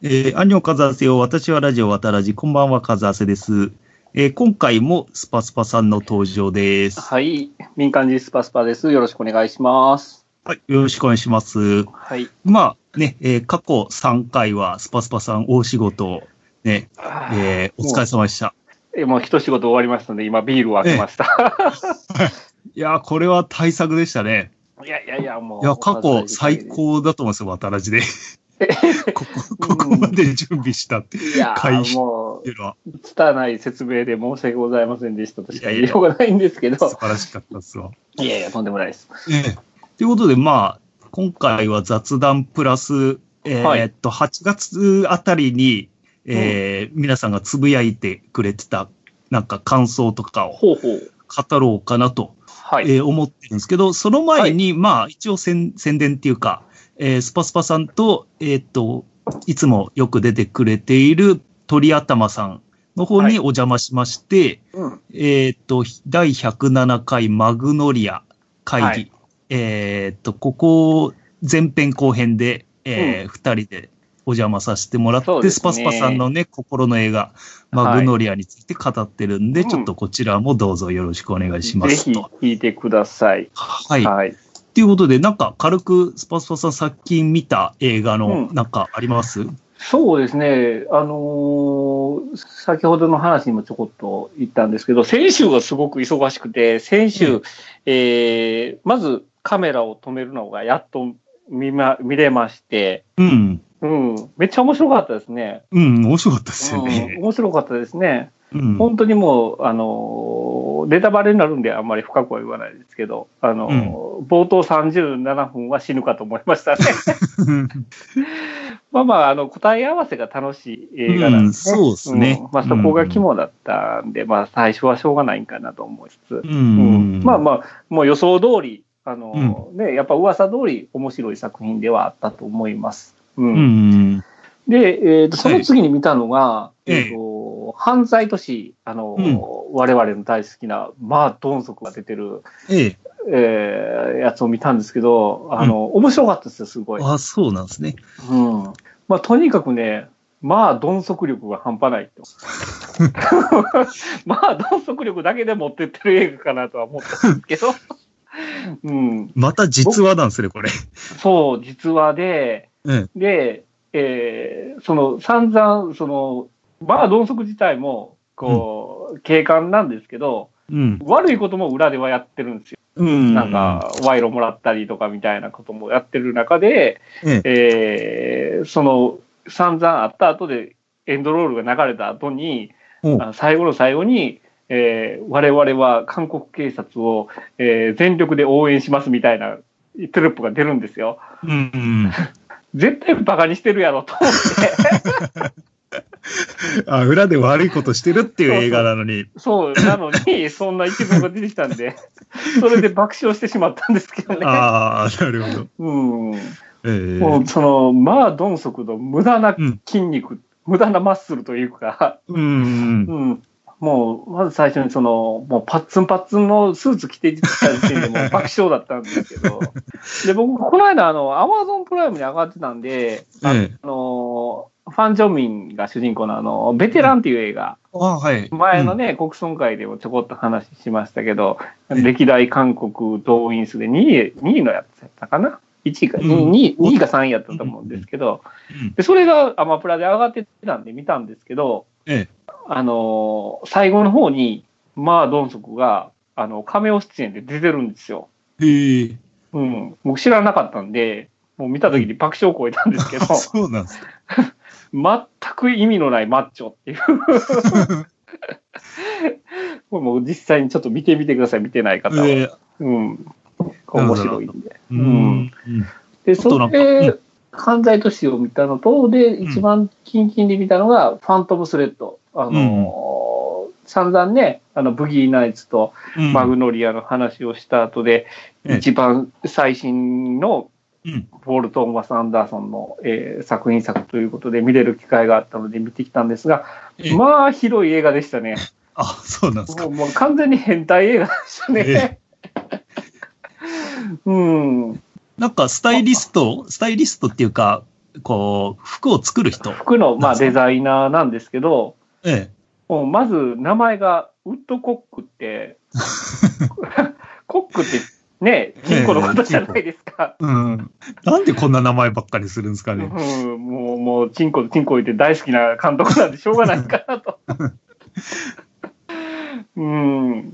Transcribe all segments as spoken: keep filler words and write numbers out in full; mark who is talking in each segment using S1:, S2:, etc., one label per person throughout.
S1: えー、アンニョンカズアセよ。私はラジオわたらじ。こんばんは、カズアセです。えー、今回もスパスパさんの登場です。
S2: はい。民間人スパスパです。よろしくお願いします。
S1: はい。よろしくお願いします。
S2: はい。
S1: まあね、えー、過去さんかいはスパスパさん大仕事、ね、えー、お疲れ様でした。
S2: えもう一仕事終わりましたので、今ビールを開けました。
S1: いやー、これは大作でしたね。
S2: いやいやいや、もう。
S1: いや、過去最高だと思いますよ、わたらじで。ここ、ここまで準備したって
S2: いやー、もう、拙い説明で申し訳ございませんでしたとしか言いようがないんですけど。
S1: 素晴らしかったですわ。
S2: いやいや、とんでもないです。
S1: ええ。ということで、まあ、今回は雑談プラス、えー、っと、はい、はちがつあたりに、えーうん、皆さんがつぶやいてくれてた、なんか感想とかを語ろうかなと、
S2: はい、
S1: えー、思ってるんですけど、その前に、はい、まあ、一応宣伝っていうか、えー、スパスパさんと、えー、っと、いつもよく出てくれている鳥頭さんの方にお邪魔しまして、はい、うん、えー、っと、だいひゃくななかいマグノリア会議、はい、えー、っと、ここ、前編後編で、えーうん、ふたりでお邪魔させてもらって、ね、スパスパさんのね、心の映画、マグノリアについて語ってるんで、はい、ちょっとこちらもどうぞよろしくお願いしますと。
S2: ぜひ聞いてください。
S1: はい。はいということで、なんか軽くスパスパさん最近見た映画のなんかあります、うん、
S2: そうですね。あのー、先ほどの話にもちょこっと言ったんですけど、先週がすごく忙しくて、先週、うん、えー、まずカメラを止めるのがやっと見ま、見れまして、うん。うん。めっちゃ面白かったですね。
S1: うん、面白かったですよね。
S2: うん、面白かったですね。うん、本当にもう、あの、ネタバレになるんであんまり深くは言わないですけど、あの、うん、冒頭さんじゅうななふんは死ぬかと思いましたね。まあまあ、あの、答え合わせが楽しい映画なんですね。うん、
S1: そうですね。
S2: うん、まあそこが肝だったんで、うん、まあ最初はしょうがないんかなと思いつつ、
S1: うん、
S2: まあまあ、もう予想通り、あの、ね、やっぱ噂通り面白い作品ではあったと思います。うん。で、えーと、その次に見たのが、はい、えーと、犯罪都市、あの、うん、我々の大好きな、まあ、ドンソクが出てる、えええー、やつを見たんですけど、あの、うん、面白かったですよ、すごい。
S1: あ、そうなんですね。
S2: うん。まあ、とにかくね、まあ、鈍足力が半端ないと。まあ、鈍足力だけで持ってってる映画かなとは思ったんですけど。
S1: うん、また実話なんですね、これ。
S2: そう、実話で、うん、で、えー、その散々、その、まあ、鈍足自体も、こう、うん、警官なんですけど、うん、悪いことも裏ではやってるんですよ。うん、なんか、賄賂もらったりとかみたいなこともやってる中で、うん、えー、その、散々あった後で、エンドロールが流れた後に、うん、あの最後の最後に、えー、我々は韓国警察を、えー、全力で応援しますみたいなテロップが出るんですよ。うんうん絶対バカにしてるやろと思って
S1: あ。裏で悪いことしてるっていう映画なのに。
S2: そうそう、なのに、そんな一文が出てきたんで、それで爆笑してしまったんですけどね。
S1: ああ、なるほど。
S2: うん。えー、もう、その、まあ、ドンソクの無駄な筋肉、うん、無駄なマッスルというか、うん、うんうんもう、まず最初にその、もうパッツンパッツンのスーツ着てきた時点でもう爆笑だったんですけど、で、僕、この間、あの、アマゾンプライムに上がってたんで、あの、ええ、のファン・ジョンミンが主人公のあの、ベテランっていう映画、うんあはい、前のね、うん、国村会でもちょこっと話しましたけど、ええ、歴代韓国動員数でにい、にいのやつやったかないちいか、うん、にい、にいかさんいやったと思うんですけど、うん、で、それがアマプラで上がってたんで見たんですけど、ええあのー、最後の方に、まあ、ドンソクが、あの、カメオ出演で出てるんですよ。
S1: へえ。
S2: うん。僕知らなかったんで、もう見た時に爆笑を超えたんですけど。
S1: うん、そうなんですか。
S2: 全く意味のないマッチョっていう。これもう実際にちょっと見てみてください、見てない方は。えー、うん。面白いんで。うん。で、それで、犯罪都市を見たのと、で、一番近々で見たのが、ファントムスレッド。あの、うん、散々ね、あの、ブギーナイツとマグノリアの話をした後で、うん、一番最新の、ポール・トーマス・アンダーソンの、えー、作品作ということで見れる機会があったので見てきたんですが、まあ、広い映画でしたね。
S1: あ、そうなんですか。
S2: もう、もう完全に変態映画でしたね。うん。
S1: なんかスタイリスト、スタイリストっていうか、 こう、服を作る人。
S2: 服の、まあ、デザイナーなんですけど、
S1: ええ。
S2: もうまず名前がウッドコックって、コックってね、チンコのことじゃないですか、
S1: ええ。うん。なんでこんな名前ばっかりするんですかね。
S2: うん、もう、もう、チンコ、チンコ言って大好きな監督なんでしょうがないかなと。うん。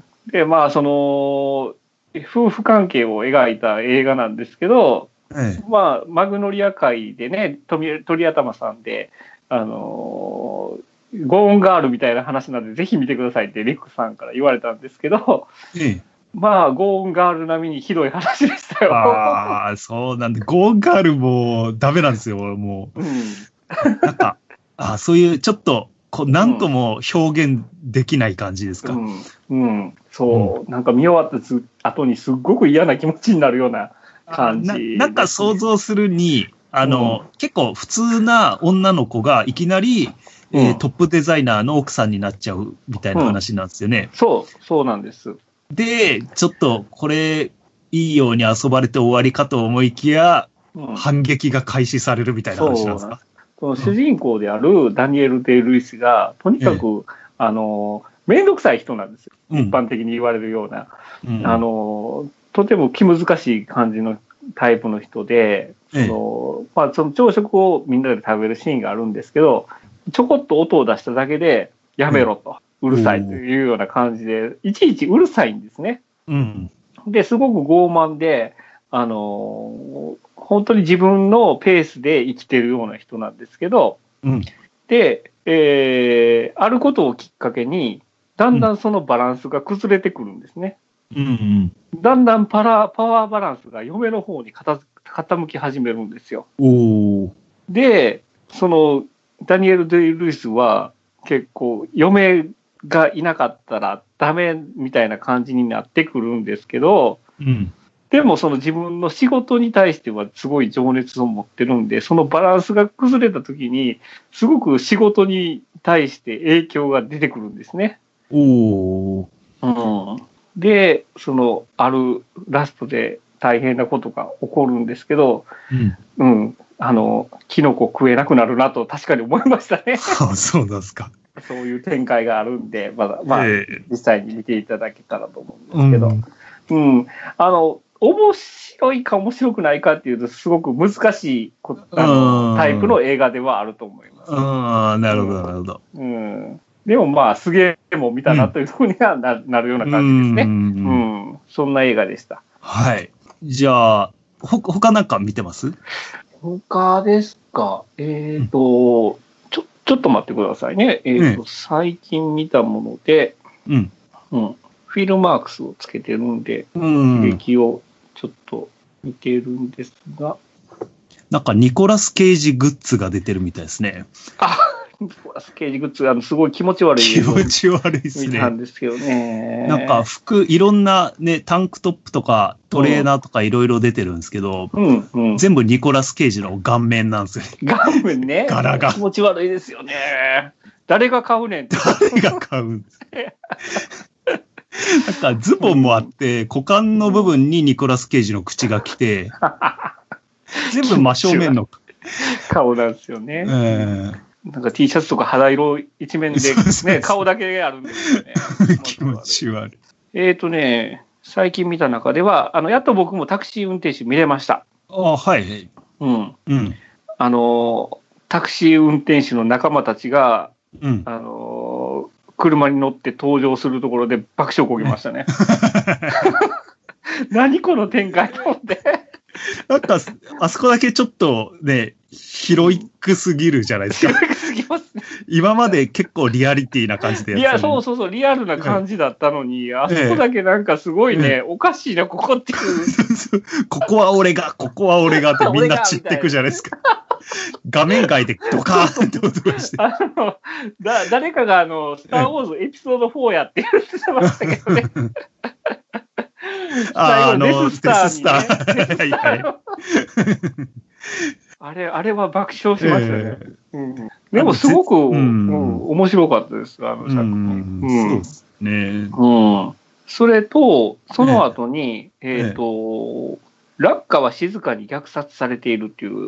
S2: で、まあ、その、夫婦関係を描いた映画なんですけど、ええ、まあ、マグノリア会でね、鳥頭さんで、あのー、ゴーンガールみたいな話なんで、ぜひ見てくださいってリックさんから言われたんですけど、ええ、まあ、ゴーンガール並みにひどい話でしたよ。
S1: ああ、そうなんで、ゴーンガールもダメなんですよ、もう。うん、なんか、あそういうちょっと、こう何とも表現できない感じですか。
S2: うん、うん、そう、うん、なんか見終わった後にすっごく嫌な気持ちになるような感じ
S1: な。なんか想像するに、あの、うん、結構普通な女の子がいきなり、うん、えー、トップデザイナーの奥さんになっちゃうみたいな話なんですよね。
S2: うん、そう、そうなんです。
S1: で、ちょっとこれ、いいように遊ばれて終わりかと思いきや、うん、反撃が開始されるみたいな話なんですか。
S2: その主人公であるダニエル・デイ・ルイスが、とにかく、ええ、あの、めんどくさい人なんですよ。うん、一般的に言われるような。うん、あの、とても気難しい感じのタイプの人で、その、ええ、まあ、その朝食をみんなで食べるシーンがあるんですけど、ちょこっと音を出しただけで、やめろと、うん、うるさいというような感じで、いちいちうるさいんですね。うん、で、すごく傲慢で、あの、本当に自分のペースで生きてるような人なんですけど、うん、で、えー、あることをきっかけに、だんだんそのバランスが崩れてくるんですね。うんうん、だんだんパラパワーバランスが嫁の方に傾き始めるんですよ。おで、そのダニエル・デイ・ルイスは結構嫁がいなかったらダメみたいな感じになってくるんですけど、うんでもその自分の仕事に対してはすごい情熱を持ってるんで、そのバランスが崩れた時に、すごく仕事に対して影響が出てくるんですね。おー。うん、で、そのあるラストで大変なことが起こるんですけど、うん、うん、あの、キノコ食えなくなるなと確かに思いましたね。
S1: あ、そうなんですか。
S2: そういう展開があるんで、まだ、まあ、えー、実際に見ていただけたらと思うんですけど、うん、うん、あの、面白いか面白くないかっていうと、すごく難しいあのタイプの映画ではあると思います。
S1: ああ、なるほど、なるほど。
S2: うん。でもまあ、すげえも見たなというふうには な,、うん、なるような感じですね。うん,、うん。そんな映画でした。
S1: はい。じゃあ、ほ、他なんか見てます？
S2: 他ですか。えっ、ー、と、うん、ちょ、ちょっと待ってくださいね。えっ、ー、と、うん、最近見たもので、うん。うん。フィルマークスをつけてるんで、履歴をちょっと見てるんですが。
S1: なんかニコラス・ケイジグッズが出てるみたいですね。
S2: あ、ニコラス・ケイジグッズ、あの、すごい気持ち悪い。
S1: 気持ち悪いですね。
S2: 見たんですけどね。
S1: なんか服、いろんなね、タンクトップとかトレーナーとかいろいろ出てるんですけど、うんうん、全部ニコラス・ケイジの顔面なんですよね。
S2: 顔面ね。
S1: 柄が。
S2: 気持ち悪いですよね。誰が買うねんって。
S1: 誰が買うんですなんかズボンもあって、股間の部分にニコラス・ケイジの口が来て、全部真正面の
S2: 顔なんですよね。えー、なんか T シャツとか肌色一面で、ね、顔だけあるんですよね。
S1: 気持ち悪い。
S2: えっとね、最近見た中では、あの、やっと僕もタクシー運転手見れました。
S1: ああ、はい。
S2: うん。うん。あの、タクシー運転手の仲間たちが、うん、あの、車に乗って登場するところで爆笑こぎましたね。何この展開と思って。
S1: なんか、あそこだけちょっとね、ヒロイックすぎるじゃないですか。
S2: ヒロイックすぎますね。
S1: 今まで結構リアリティな感じでやって
S2: た。いや、そうそうそう、リアルな感じだったのに、ええ、あそこだけなんかすごいね、ええ、おかしいな、ここっていう。
S1: ここは俺が、ここは俺がってみんな散ってくじゃないですか。画面外でドカーンって音がして。
S2: あの、だ、誰かがあの、スターウォーズエピソードフォーやって言ってましたけどね。あの、デススターに、ね。デススター。はいはい。あれ、あれは爆笑しましたね。えーうん、でもすごく、うんうん、面白かったです、あの作品。うん、
S1: そうですね。
S2: うん。それと、その後に、えっ、ー、と、ラッカは静かに虐殺されているっていう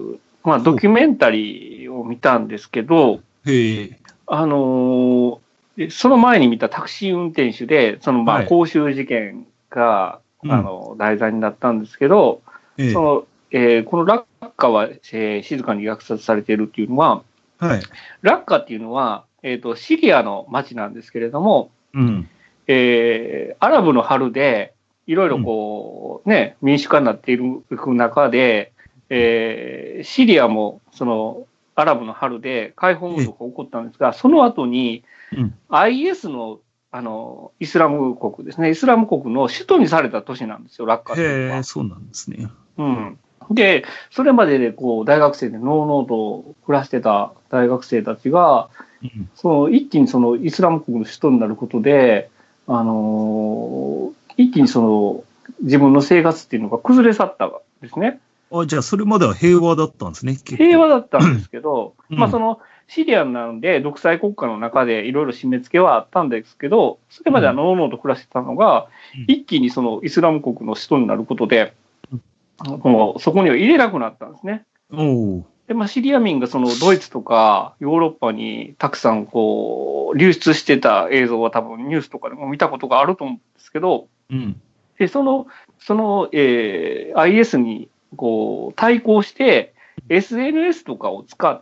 S2: まあ、ドキュメンタリーを見たんですけど、
S1: へえ。
S2: あのー、その前に見たタクシー運転手で、そのまあ、公衆事件が、はい、あの、題材になったんですけど、うん、その、えー、このラッカは、えー、静かに虐殺されているっていうのは、
S1: はい、
S2: ラッカっていうのは、えっと、シリアの町なんですけれども、
S1: うん、
S2: えー、アラブの春で、いろいろこう、うん、ね、民主化になっている中で、えー、シリアも、その、アラブの春で解放運動が起こったんですが、その後に、うん、アイエス の、あの、イスラム国ですね、イスラム国の首都にされた都市なんですよ、ラッカっていうのは。
S1: へー、そうなんですね。
S2: うん。で、それまででこう大学生でのうのうと暮らしてた大学生たちが、うん、その一気にそのイスラム国の首都になることで、あのー、一気にその自分の生活っていうのが崩れ去ったんですね。
S1: あ、じゃあそれまでは平和だったんですね。
S2: 平和だったんですけど、うん、まあそのシリアなので独裁国家の中でいろいろ締め付けはあったんですけど、それまではのうのうと暮らしてたのが、うん、一気にそのイスラム国の首都になることで、もうそこには入れなくなったんですね。
S1: お
S2: で、まあ、シリア民がそのドイツとかヨーロッパにたくさんこう流出してた映像は多分ニュースとかでも見たことがあると思うんですけど、
S1: うん、
S2: でその、その、えー、アイエス にこう対抗して エスエヌエス とかを使って、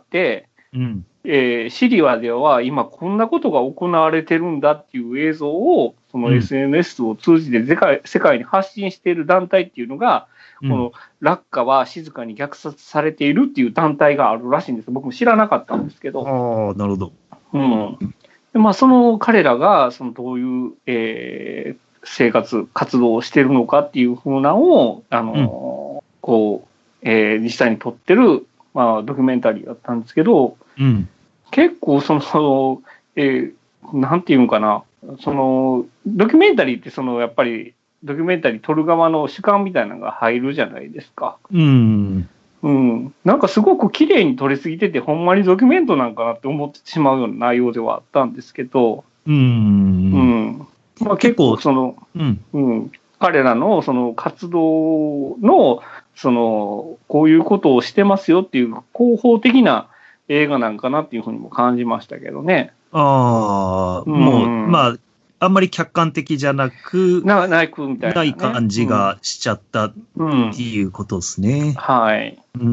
S1: うん
S2: えー、シリアでは今こんなことが行われてるんだっていう映像をその エスエヌエス を通じて世界、世界に発信している団体っていうのが、このラッカは静かに虐殺されているっていう団体があるらしいんです。僕も知らなかったんですけど。
S1: ああ、なるほど。
S2: うん。でまあ、その彼らがそのどういう、えー、生活、活動をしているのかっていうふうなのを、あの、うん、こう、えー、実際に撮ってる、まあ、ドキュメンタリーだったんですけど、
S1: うん、
S2: 結構その、えー、なんていうのかな、その、ドキュメンタリーってその、やっぱり、ドキュメンタリー撮る側の主観みたいなのが入るじゃないですか。
S1: うん。
S2: うん。なんかすごく綺麗に撮りすぎてて、ほんまにドキュメントなんかなって思ってしまうような内容ではあったんですけど、
S1: うん。うん。
S2: まあ結構その、うん。うん。彼らのその活動の、その、こういうことをしてますよっていう広報的な映画なんかなっていうふうにも感じましたけどね。
S1: ああ、うん、もう、まあ、あんまり客観的じゃなく、
S2: なないくみたいな、ね、
S1: ない感じがしちゃったっていうことですね。うん、
S2: はい。
S1: うん、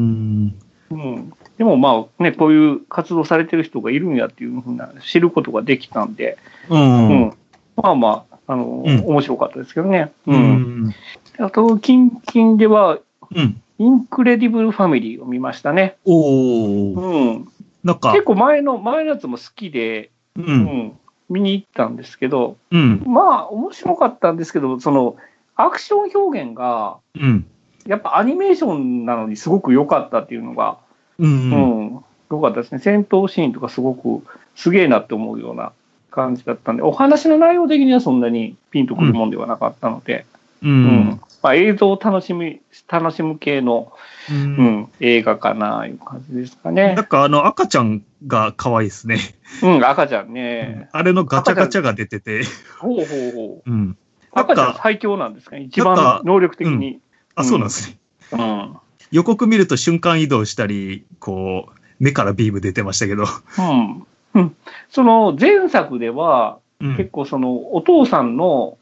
S2: うん。でもまあね、こういう活動されてる人がいるんやっていうふうな知ることができたんで、
S1: うん。
S2: うん、まあまあ、あの、うん、面白かったですけどね。うん。うん、あと、近々では、うん、インクレディブルファミリーを見ましたね。
S1: お
S2: ー。うん。なんか結構前の、前のやつも好きで、うん、うん見に行ったんですけど、うん、まあ面白かったんですけど、そのアクション表現が、うん、やっぱアニメーションなのにすごく良かったっていうのが、うんうん、良かったですね。戦闘シーンとかすごくすげえなって思うような感じだったんで、お話の内容的にはそんなにピンとくるもんではなかったので、うんうん、まあ、映像を楽しみ楽しむ系の、うんうん、映画かないう感じですかね。
S1: なんかあの赤ちゃんが可愛いですね。
S2: うん、赤ちゃんね。
S1: あれのガチャガチャが出てて。
S2: ほうほうほう。
S1: うん。
S2: 赤ちゃん最強なんですかね。一番能力的に。うん、
S1: あ、そうなんですね。うん。予告見ると瞬間移動したり、こう、目からビーム出てましたけど。
S2: うん。うん、その前作では、うん、結構そのお父さんの、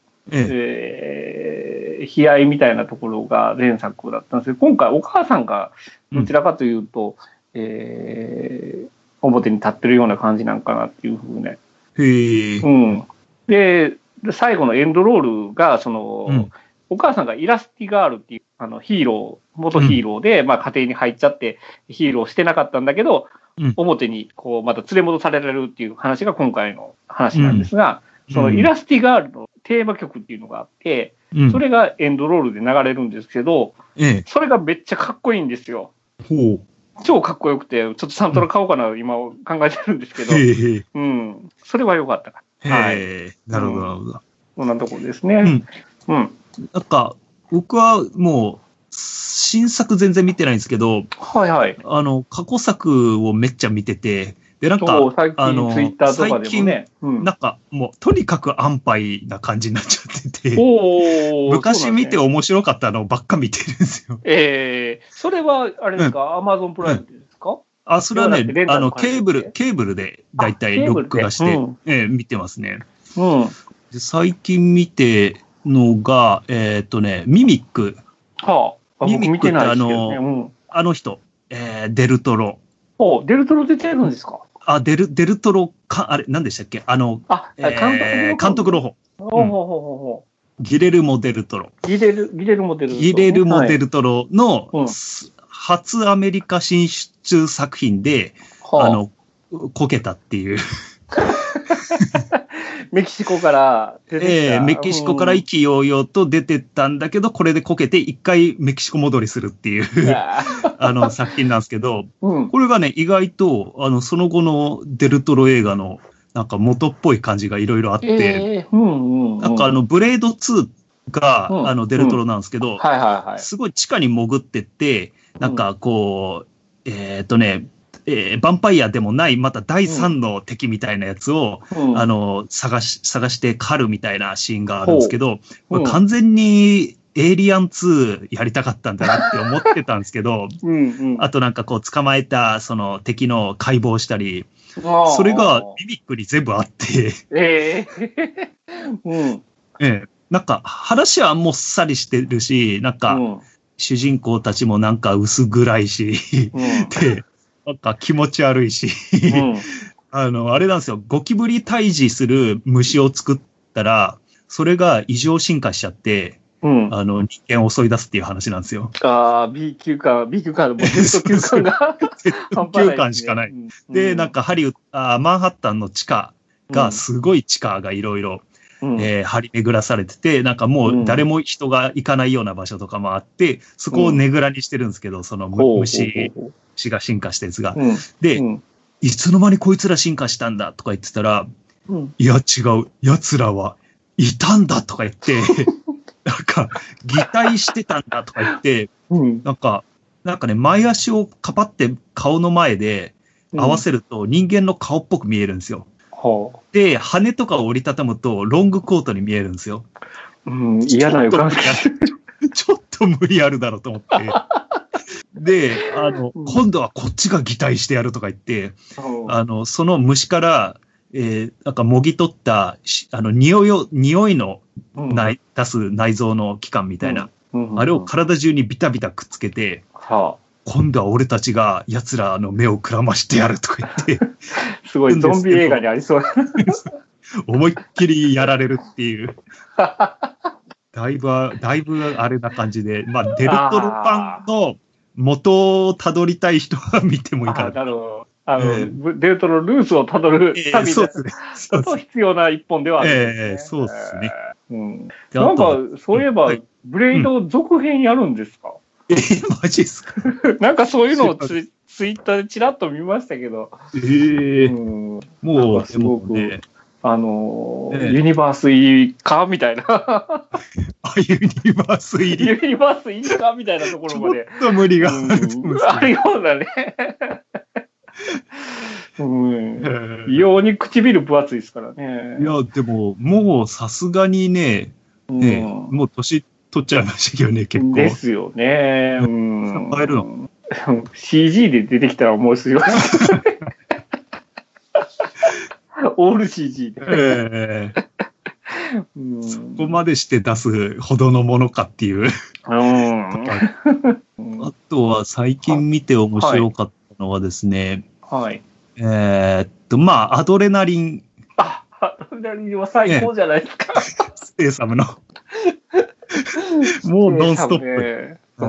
S2: えええー、悲哀みたいなところが前作だったんですけど、今回お母さんがどちらかというと、うん、えー、表に立ってるような感じなんかなっていうふうね。
S1: へえ。
S2: うん。で、最後のエンドロールが、その、うん、お母さんがイラスティガールっていうあのヒーロー、元ヒーローで、うん、まあ家庭に入っちゃってヒーローしてなかったんだけど、うん、表にこうまた連れ戻されられるっていう話が今回の話なんですが、うん、そのイラスティガールのテーマ曲っていうのがあって、うん、それがエンドロールで流れるんですけど、うん、それがめっちゃかっこいいんですよ。
S1: ほう。
S2: 超かっこよくて、ちょっとサントラ買おうかな、うん、今考えてるんですけど、うん、それは良かったか
S1: な。はい。なるほど、なるほど。
S2: そんなところですね。うん。うん、
S1: なんか、僕はもう、新作全然見てないんですけど、
S2: はいはい。
S1: あの、過去作をめっちゃ見てて、 で、なんか、
S2: 最近あの、ツイッターとかでもね。
S1: うん、なんか、もう、とにかく安牌な感じになっちゃってて、
S2: お
S1: 昔見て面白かったのばっか見てるんですよ。
S2: ええー、それは、あれですか、アマゾンプライムですか、うん、
S1: あ、それはね、あの、ケーブル、ケーブルで、だいたい録画して、うん、えー、見てますね。
S2: うん。
S1: で最近見てのが、えー、っとね、ミミック。
S2: はあ、
S1: ミミックってあの、
S2: ねうん、
S1: あの人、えー、デルトロ。
S2: おデルトロ出てるんですか？
S1: あ、デル、デルトロか、あれ、何でしたっけあの、
S2: あ、
S1: えー、監督の方。
S2: ほうほうほうほ
S1: うギレルモ・デルトロ。
S2: ギレル、ギレルモ・デルトロ、ね。
S1: ギレルモ・デルトロの、はい、初アメリカ進出作品で、はあ、あの、こけたっていう。
S2: メキシコから出てきた。
S1: ええー、メキシコから意気揚々と出てったんだけど、これでこけて一回メキシコ戻りするっていうあの作品なんですけど、うん、これがね、意外と、あの、その後のデルトロ映画のなんか元っぽい感じがいろいろあって、
S2: えーうんうんうん、
S1: なんかあの、ブレードツーが、うん、あの、デルトロなんですけど、うん
S2: はいはいはい、
S1: すごい地下に潜ってって、なんかこう、うん、えー、っとね、えー、ヴァンパイアでもない、また第三の敵みたいなやつを、うん、あの、探し、探して狩るみたいなシーンがあるんですけど、これ完全にエイリアンツーやりたかったんだなって思ってたんですけど、うんうん、あとなんかこう捕まえたその敵の解剖したり、それがミミックに全部あって、
S2: えーうん、
S1: ええ、なんか話はもっさりしてるし、なんか主人公たちもなんか薄暗いし、うん、で、なんか気持ち悪いし、うん、あの、あれなんですよ、ゴキブリ退治する虫を作ったら、それが異常進化しちゃって、うん、あの、人間を襲い出すっていう話なんですよ。
S2: ああ、B 級感、B 級感、もう Z 級感が。
S1: Z 級感しかない。うん、で、なんかハリウッドあ、マンハッタンの地下が、すごい地下がいろいろ、えー、張り巡らされてて、なんかもう誰も人が行かないような場所とかもあって、そこをねぐらにしてるんですけど、その虫、虫が進化したやつが。うん、で、うん、いつの間にこいつら進化したんだとか言ってたら、うん、いや違う、奴らはいたんだとか言って、なんか擬態してたんだとか言って、うん、なんか、なんかね、前足をかぱって顔の前で合わせると人間の顔っぽく見えるんですよ。うん、で、羽とかを折りたたむとロングコートに見えるんですよ。
S2: うん、嫌な予感がする。
S1: ちょっと無理あるだろうと思って。で、あの、うん、今度はこっちが擬態してやるとか言って、うん、あの、その虫から、えー、なんかもぎ取った、あの、匂いを、匂いのない、うん、出す内臓の器官みたいな、うんうん、あれを体中にビタビタくっつけて、はあ、今度は俺たちが奴らの目をくらましてやるとか言って。
S2: すごいゾンビ映画にありそう。
S1: 思いっきりやられるっていう。だいぶ、だいぶあれな感じで、まあ、デルトロ版の元をたどりたい人は見てもいいかな。
S2: なるほど。あの、えー、デルトロルーツをたどるために、えー、と必要な一本ではあるんですね。
S1: えー、そうですね。
S2: うん、なんか、そういえば、はい、ブレイド続編やるんですか？
S1: えー、マジですか？
S2: なんかそういうのをツ, ツイッターでちらっと見ましたけど。
S1: えー、うん、もう、すごく、ね、
S2: あのーえー、ユニバース入りかみたいな。あ、
S1: ユニバース入り。
S2: ユニバース入りかみたいなところまで。
S1: ちょっと無理があると思うんですけど。
S2: あるようだね。うん、異様に唇分厚いですからね。
S1: いや、でも、もうさすがにね、ね、うん、もう年取っちゃいましたけどね、結構。
S2: ですよね。うん。
S1: 変えるの
S2: シージー で出てきたら面白い。オール シージー で。
S1: えーうん、そこまでして出すほどのものかっていう。うん、あとは最近見て面白かったのはですね、
S2: はい。
S1: えー、っと、まあ、アドレナリン。
S2: あ、アドレナリンは最高じゃないですか。
S1: ステイサムの。もうノンストップ。ねうん、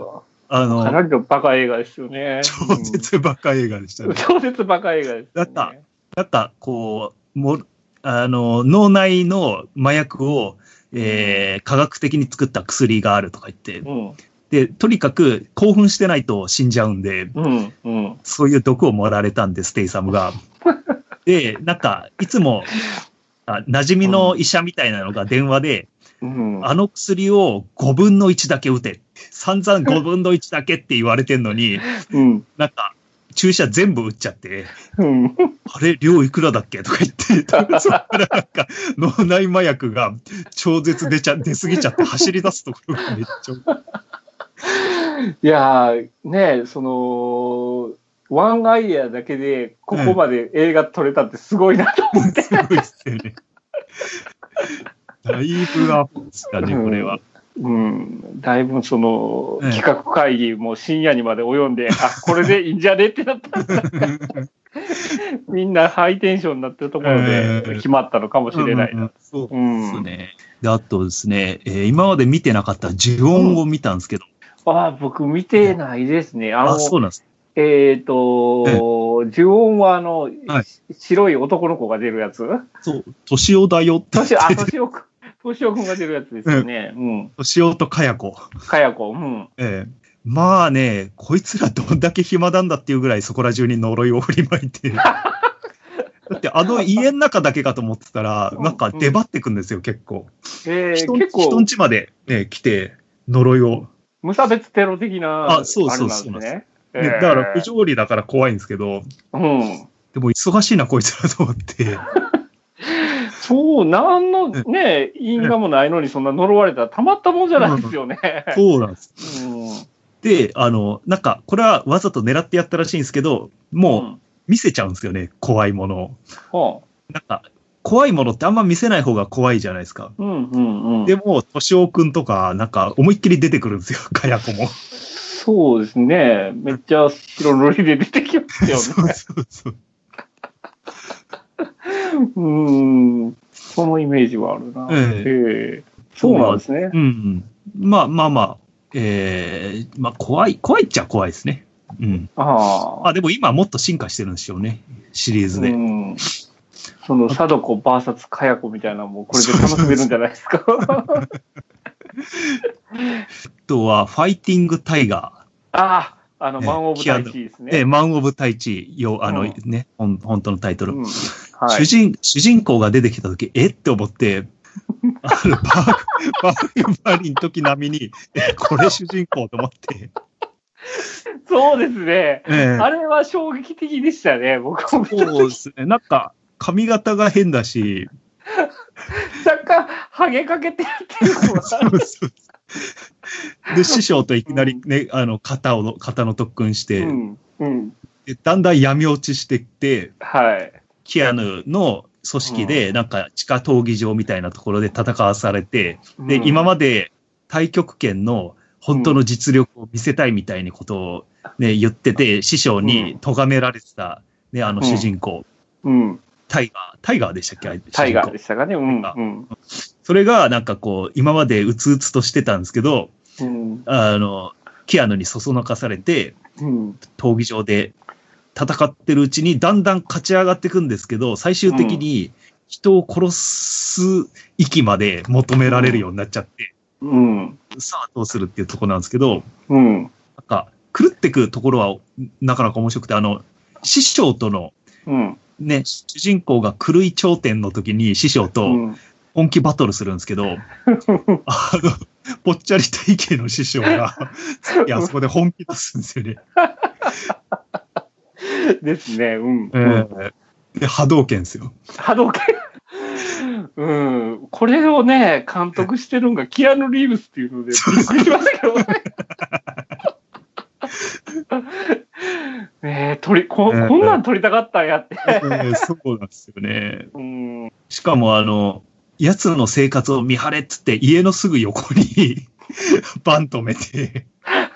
S2: あの、かなりのバカ映画ですよね。
S1: 超絶バカ映画でしたね。
S2: 超絶バカ映画です、ね。
S1: だった、なんか、こう、もあの、脳内の麻薬を、えー、科学的に作った薬があるとか言って、うん、で、とにかく興奮してないと死んじゃうんで、うんうん、そういう毒を盛られたんで、ステイサムが。で、なんか、いつも、あ馴染みの医者みたいなのが電話で、うん、あの薬をごぶんのいちだけ打て。散々ごぶんのいちだけって言われてんのに、うん、なんか、 注射全部打っちゃって、
S2: うん、
S1: あれ、量いくらだっけとか言って、そっからなんか、脳内麻薬が超絶出ちゃ、出すぎちゃって走り出すところがめっちゃ。
S2: いやー、ね、その、ワンアイデアだけで、ここまで映画撮れたってすごいなと思って。
S1: すごいですよね。だいぶアップしたね、これは。
S2: うん、だいぶその、ええ、企画会議も深夜にまで及んで、あ、これでいいんじゃねってなったんだみんなハイテンションになってるところで決まったのかもしれないな。
S1: そうですね。で、あとですね、えー、今まで見てなかった呪音を見たんですけど。
S2: うん、ああ、僕見てないですね。あの、
S1: あ、そうなんです。
S2: えっ、ー、と、呪音はあの、はい、白い男の子が出るやつ？
S1: そう、敏夫だよって。
S2: 敏夫、あ、敏夫く。敏夫くんが出るやつですよね。うん。
S1: 敏夫とかや子。
S2: かや子、うん。
S1: ええ。まあね、こいつらどんだけ暇なんだっていうぐらいそこら中に呪いを振りまいて。だってあの家の中だけかと思ってたら、なんか出張ってくんですよ、結構。
S2: えー、
S1: 人
S2: 結構。
S1: 人ん家までね、来て、呪いを。
S2: 無差別テロ的な、
S1: あ、そうそうそうなんですね。
S2: えー、
S1: ね、だから不条理だから怖いんですけど。
S2: うん。
S1: でも忙しいな、こいつらと思って。
S2: そう、なんのね、因果もないのにそんな呪われたらたまったもんじゃないですよね。
S1: うん、そうなんです。うん、で、あの、なんか、これはわざと狙ってやったらしいんですけど、もう見せちゃうんですよね、怖いものを。うん、なんか、怖いものってあんま見せない方が怖いじゃないですか。
S2: うんうんうん、
S1: でも、敏夫くんとか、なんか、思いっきり出てくるんですよ、かや子も。
S2: そうですね。めっちゃ白塗りで出てきますよね。そうそうそう。うん、そのイメージはあるな。えええー、そうなんですね。
S1: うん。まあまあまあ、ええー、まあ怖い、怖いっちゃ怖いですね。うん。ああ。あ、でも今もっと進化してるんでしょうね。シリーズで。うん。
S2: その、貞子 ブイエス かや子みたいなのもこれで楽しめるんじゃないですか。あ
S1: とは、ファイティングタイガ
S2: ー。ああ。あの、マン・オブ・タイチですね。
S1: ええ、マン・オブ・タイチ、よ、あの、うん、ね、ほん、本当のタイトル、うん、はい。主人、主人公が出てきたとき、えって思って、あの、バー、バーグバリの時並みに、え、これ主人公と思って。
S2: そうですね、ええ。あれは衝撃的でしたね、僕も。
S1: そうですね。なんか、髪型が変だし。
S2: 若干、ハゲかけてるっていうのは。そうそう。
S1: で、師匠といきなりね、うん、あの、型を、型の特訓して、
S2: うんうん、で
S1: だんだん闇落ちしていって、
S2: はい。
S1: キアヌの組織で、なんか地下闘技場みたいなところで戦わされて、うん、で、今まで太極拳の本当の実力を見せたいみたいなことをね、言ってて、師匠に咎められてた、ね、あの主人公。
S2: うん。うん
S1: タイガー、タイガーでしたっけ
S2: タイガーでしたかね。うん。うん、
S1: それが、なんかこう、今までうつうつとしてたんですけど、うん、あの、キアヌにそそのかされて、うん、闘技場で戦ってるうちにだんだん勝ち上がっていくんですけど、最終的に人を殺す域まで求められるようになっちゃって、うん、さあどうするっていうところなんですけど、うん、なんか狂ってくところはなかなか面白くて、あの、師匠との、うんね、主人公が狂い頂点の時に師匠と本気バトルするんですけど、うん、あの、ぽっちゃり体型の師匠が、いや、そこで本気出すんですよね。
S2: ですね、うん。
S1: えー、で、波動拳ですよ。
S2: 波動拳うん。これをね、監督してるのがキアヌ・リーブスっていうので、びっくりしましたけどね。ねえ、撮り、こ、こんなん撮りたかったんやって。
S1: えー、そうなんですよね。うん、しかも、あの、奴の生活を見張れっつって家のすぐ横にバン止めて。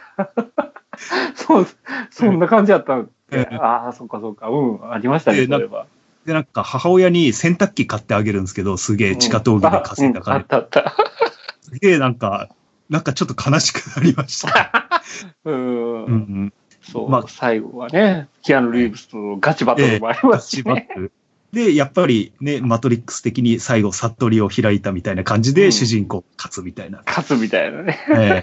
S2: そう、そんな感じだったんで、えー、ああ、そっかそっか、うん、ありましたね、それは。
S1: で、なんか母親に洗濯機買ってあげるんですけど、すげえ地下闘技で稼いだから。
S2: うん、あ, うん、あったあった。
S1: すげえなんか、なんかちょっと悲しくなりました。
S2: うん、うんうんそう、まあ、最後はね、キアヌ・リーブスとのガチバトルもありますしね。えー、
S1: で、やっぱりね、マトリックス的に最後、悟りを開いたみたいな感じで、うん、主人公勝つみたいな。
S2: 勝つみたいなね。え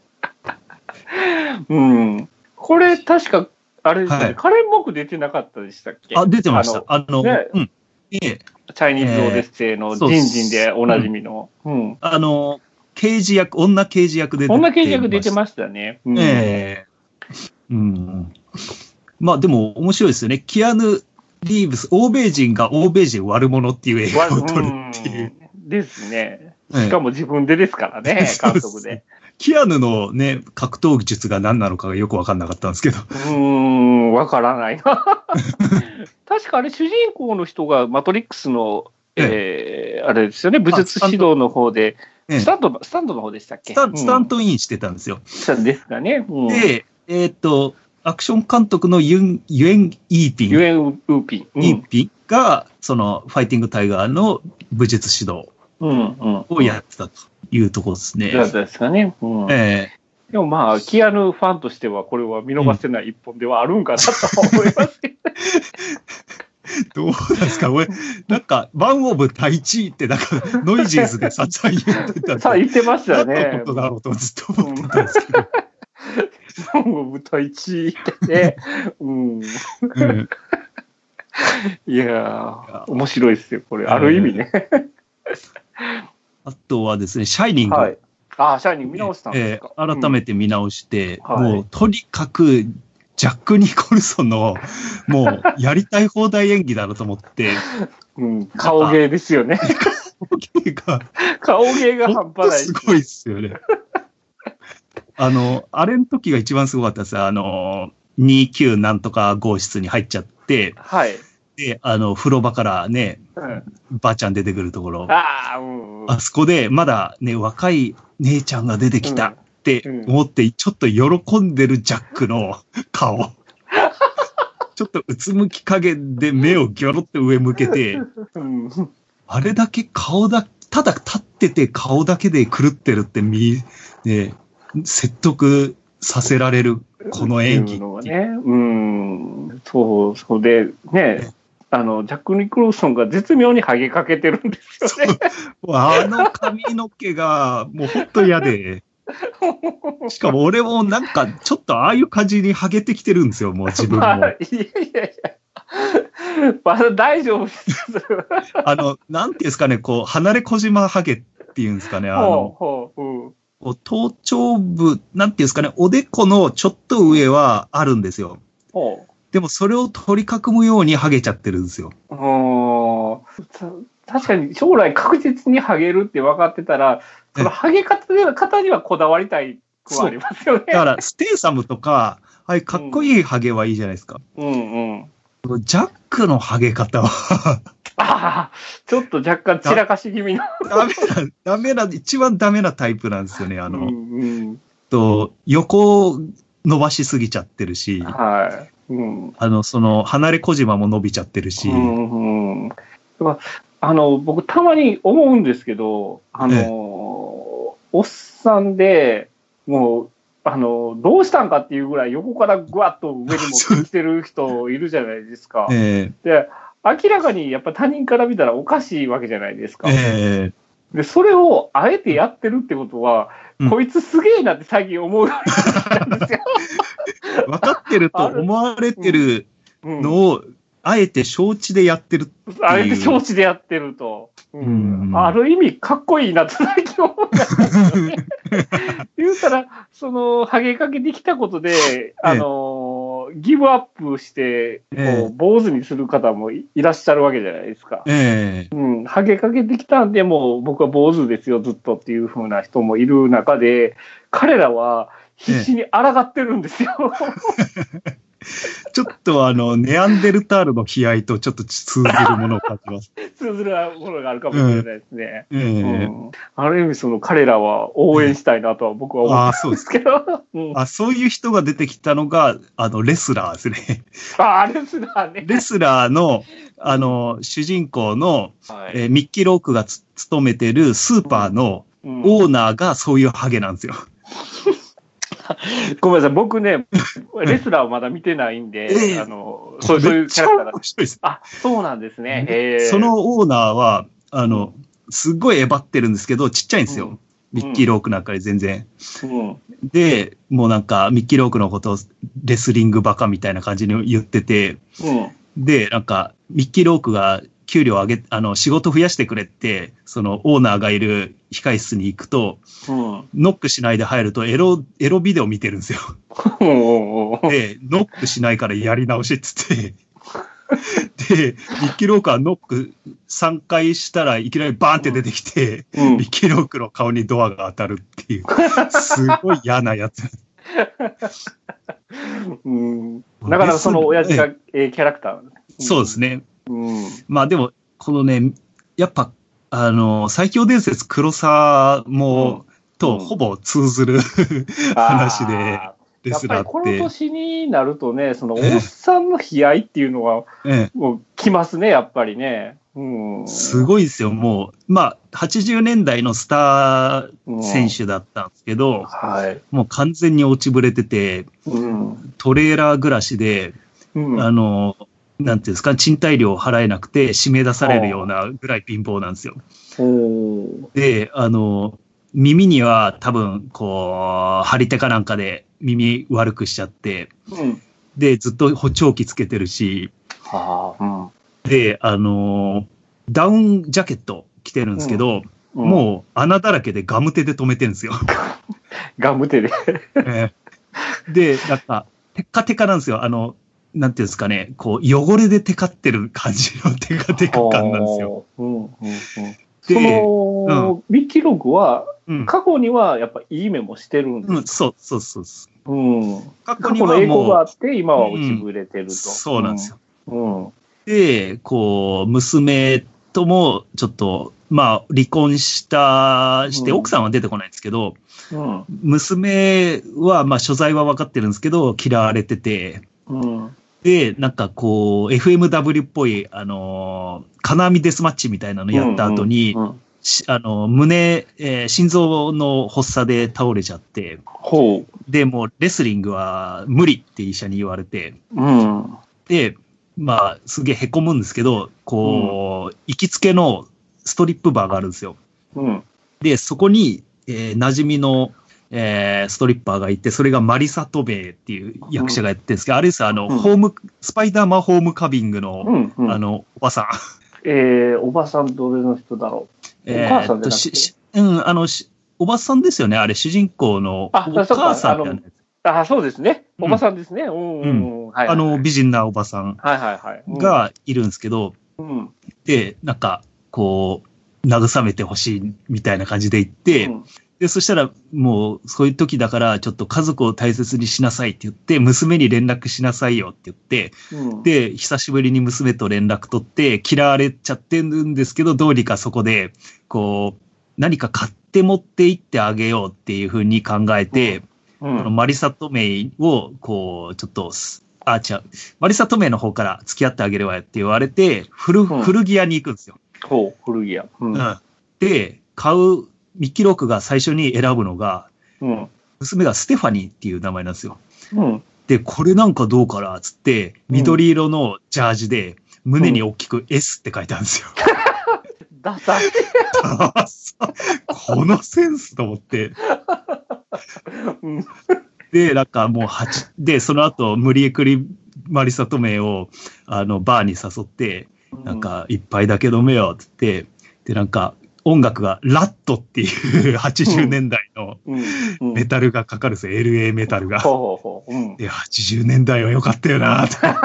S2: ー、うん。これ確か、あれですね、はい、カレン・モク出てなかったでしたっけ？
S1: あ、出てました。あの、あのね、うん。
S2: えー、チャイニーズ・オデッセイのジンジンでおなじみの。
S1: うん。あの、刑事役、女刑事役で出て
S2: ました。女刑事役出てましたね。
S1: うん、ええーうん、 まあでも面白いですよね。キアヌ・リーブス、欧米人が欧米人悪者っていう映画を撮るっていう。
S2: ですね。しかも自分でですからね、監督で。
S1: キアヌのね、格闘術が何なのかがよく分かんなかったんですけど。う
S2: ーん、分からないな。確かあれ、主人公の人がマトリックスの、えー、あれですよね、武術指導の方で、スタンド、スタンドの方でしたっけ？
S1: スタン、スタントインしてたんですよ。
S2: ですかね。うん、
S1: で、えっと、アクション監督のユン、ユエン・イーピン。
S2: ユエン・ウーピン。
S1: うん、イーピンが、その、ファイティングタイガーの武術指導をやってたというところですね。
S2: そうですかね。うん、えー、でもまあ、キアヌファンとしては、これは見逃せない一本ではあるんかなと思いますけど。
S1: どうですか俺、なんか、ワンオブタイチって、なんか、ノイジーズで散々言ってた。
S2: さあ、言ってましたよね。
S1: 何のことだろうとずっと思ってたんですけど。
S2: ワンオブタイチってね。うん。うん、いやー、面白いですよ、これ。ある意味ね。
S1: あとはですね、シャイニング。
S2: はい、ああ、シャイニング見直したんですか。
S1: えー、改めて見直して、うん、もう、とにかく、ジャック・ニコルソンの、もう、やりたい放題演技だろうと思って。
S2: うん、顔芸ですよね。
S1: 顔芸が。
S2: 顔芸が半端ない。
S1: すごいですよね。あの、あれの時が一番すごかったです。あの、にじゅうきゅうなんとか号室に入っちゃって、
S2: はい。
S1: で、あの、風呂場からね、うん、ばあちゃん出てくるところ。
S2: ああ、うん、うん。
S1: あそこで、まだね、若い姉ちゃんが出てきた。うんって思って、ちょっと喜んでるジャックの顔。ちょっとうつむき加減で目をギョロって上向けて、うん、あれだけ顔だ、ただ立ってて顔だけで狂ってるってみ、ね、説得させられるこの演技。
S2: のね、うん、そう、そうで、ね、あの、ジャック・ニコルソンが絶妙にハゲかけてるんですよね。
S1: あの髪の毛がもう本当嫌で。しかも俺もなんかちょっとああいう感じにハゲてきてるんですよ、もう自分も。まあ、いやいやい
S2: や、まだ大丈夫です。
S1: あの、なんていうんですかね、こう、離れ小島ハゲっていうんですかね、あの、ほうほう、うん、頭頂部、なんていうんですかね、おでこのちょっと上はあるんですよ。ほう、でもそれを取り囲むようにハゲちゃってるんですよ。
S2: 確かに将来確実にハゲるって分かってたら、そのハゲ方で方にはこだわりたいくはありますよね。
S1: だから、ステイサムとか、はい、かっこいいハゲはいいじゃないですか。
S2: うん
S1: うん。ジャックのハゲ方は
S2: ああ、ちょっと若干散らかし気味の。
S1: ダメな、ダメな、一番ダメなタイプなんですよね。あの、うんうん、と、横を伸ばしすぎちゃってるし、はい。うん、あの、その、離れ小島も伸びちゃってるし、うんうん
S2: あの、僕たまに思うんですけど、あの、ええ、おっさんで、もう、あの、どうしたんかっていうぐらい横からぐわっと上に持ってきてる人いるじゃないですか。ええ、で、明らかにやっぱ他人から見たらおかしいわけじゃないですか。ええ、で、それをあえてやってるってことは、うん、こいつすげえなって最近思うようになったんですよ。
S1: 分かってると思われてるのを、うんうん、あえて承知でやってるっていう。
S2: あえて承知でやってると。うん、ある意味かっこいいなと最近思うんですよね。言うたら、その、ハゲかけてきたことで、あの、ええ、ギブアップして、こう、ええ、坊主にする方もいらっしゃるわけじゃないですか。ええ、うん。ハゲかけてきたんで、もう僕は坊主ですよ、ずっとっていう風な人もいる中で、彼らは必死に抗ってるんですよ。ええ
S1: ちょっとあの、ネアンデルタールの悲哀とちょっと通ずるものを感じます。
S2: 通ずるものがあるかもしれないですね。うんうん、ある意味その彼らは応援したいなとは僕は思ってるんですけど。
S1: うん、あ、そういう人が出てきたのが、あの、レスラーですね。
S2: あ、レスラーね。
S1: レスラーの、あの、主人公の、はいえー、ミッキー・ロークがつ勤めてるスーパーのオーナーがそういうハゲなんですよ。
S2: ごめんなさい、僕ね、レスラーをまだ見てないんで、えー、あのそう、そういうキャラクターが。あ、そうなんですね。
S1: えー、そのオーナーは、あの、すっごいえばってるんですけど、ちっちゃいんですよ。うん、ミッキー・ロークなんかで全然、うん。で、もうなんか、ミッキー・ロークのことをレスリングバカみたいな感じに言ってて、うん、で、なんか、ミッキー・ロークが給料上げ、あの、仕事増やしてくれって、その、オーナーがいる控室に行くと、うん、ノックしないで入ると、エロ、エロビデオ見てるんですよ。で、ノックしないからやり直しっつって、で、ミッキー・ロークはノックさんかいしたらいきなりバーンって出てきて、うん、ミッキー・ロークの顔にドアが当たるっていう、すごい嫌なやつ。
S2: うん、だからその親父がええキャラクター、ね、
S1: そうですね。うん、まあでも、このね、やっぱ、あの、最強伝説黒沢も、うん、とほぼ通ずる、うん、話で、
S2: レスラーって。やっぱりこの年になるとね、そのおっさんの悲哀っていうのが、ええ、もう来ますね、やっぱりね。うん、
S1: すごいですよ、もう。まあ、はちじゅうねんだいのスター選手だったんですけど、うんはい、もう完全に落ちぶれてて、うん、トレーラー暮らしで、うん、あの、なんていうんですか、賃貸料払えなくて締め出されるようなぐらい貧乏なんですよ。で、あの、耳には多分、こう、張り手かなんかで耳悪くしちゃって、うん、で、ずっと補聴器つけてるし、はあうんで、あのー、ダウンジャケット着てるんですけど、うんうん、もう穴だらけでガム手で止めてるんですよ。
S2: ガム手で、
S1: えー、で、なんか、テカテカなんですよ。あの、なんていうんですかね、こう、汚れでテカってる感じのテカテカ感なんですよ。うんうんうん、
S2: で、その、うん、ミッキー・ロークは、過去にはやっぱいい目もしてるんですか、
S1: うん、そうそうそうそう。
S2: うん。過去にはもう栄光があって、今は落ちぶれてると。うん、
S1: そうなんですよ。うんで、こう、娘とも、ちょっと、まあ、離婚した、して、奥さんは出てこないんですけど、うん、娘は、まあ、所在は分かってるんですけど、嫌われてて、うん、で、なんかこう、エフエムダブリュー っぽい、あの、金網デスマッチみたいなのやった後に、うんうんうん、あの、胸、えー、心臓の発作で倒れちゃって、ほうで、もう、レスリングは無理って医者に言われて、うん、で、まあ、すげえ凹むんですけど、こう、うん、行きつけのストリップバーがあるんですよ。うん、で、そこに、えー、馴染みの、えー、ストリッパーがいて、それがマリサ・トベーっていう役者がやってるんですけど、うん、あれですよ、あの、うん、ホーム、スパイダーマンホームカビングの、うんうん、あの、おばさん。
S2: えー、おばさんどれの人だろう。お母さんじゃなくて、えー、
S1: うん、あの、おばさんですよね、あれ、主人公のお母さんみたいなやつ。
S2: ああ、そうですね。おばさんですね。うん。うん
S1: うん、あの、美人なおばさんがいるんですけど、うん、で、なんか、こう、慰めてほしいみたいな感じで言って、うん、で、そしたら、もう、そういう時だから、ちょっと家族を大切にしなさいって言って、娘に連絡しなさいよって言って、うん、で、久しぶりに娘と連絡取って、嫌われちゃってるんですけど、どうにかそこで、こう、何か買って持って行ってあげようっていうふうに考えて、うんうん、このマリサ・トメイを、こう、ちょっと、あ、違う。マリサ・トメイの方から付き合ってあげればよって言われて、古、うん、古着屋に行くんですよ。
S2: ほう、古着屋。うん。うん、
S1: で、買う、ミッキー・ロークが最初に選ぶのが、うん、娘がステファニーっていう名前なんですよ。うん、で、これなんかどうかなっつって、緑色のジャージで、胸に大きく エス って書いてあるんですよ。
S2: ダサい。
S1: ダサこのセンスと思って。うんで、なんかもう八、で、その後、無理くりマリサトメイを、あの、バーに誘って、なんか、一杯だけ飲めよ、って言って、で、なんか、音楽が、ラットっていうはちじゅうねんだいのメタルがかかるんですよ、エルエー メタルが。で、はちじゅうねんだいは良かったよな、と思って。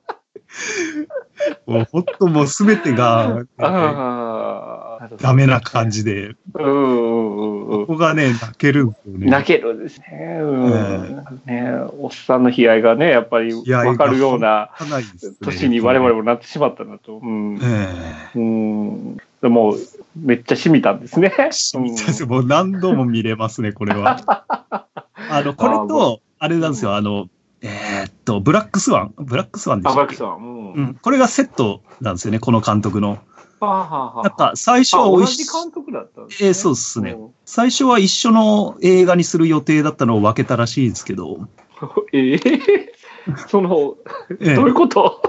S1: もう本当もうすべてが、ダメな感じで。ここがね、泣けるんですよね。
S2: 泣けるんですね。うんえー、ねおっさんの悲哀がね、やっぱり分かるような年に我々もなってしまったなと。うんえー、うんでも、めっちゃ染みたんですね。
S1: 染みたんですよ。もう何度も見れますね、これは。あの、これと、あれなんですよ、あの、えー、っと、ブラックスワンブラックスワンでしたっけ？ブラックスワン、うんうん。これがセットなんですよね、この監督の。はあはあ、なんか、最初は
S2: 同じ監督だったんですね。
S1: えー、そうですね。最初は一緒の映画にする予定だったのを分けたらしいんですけど。
S2: ええー、その、えー、どういうこと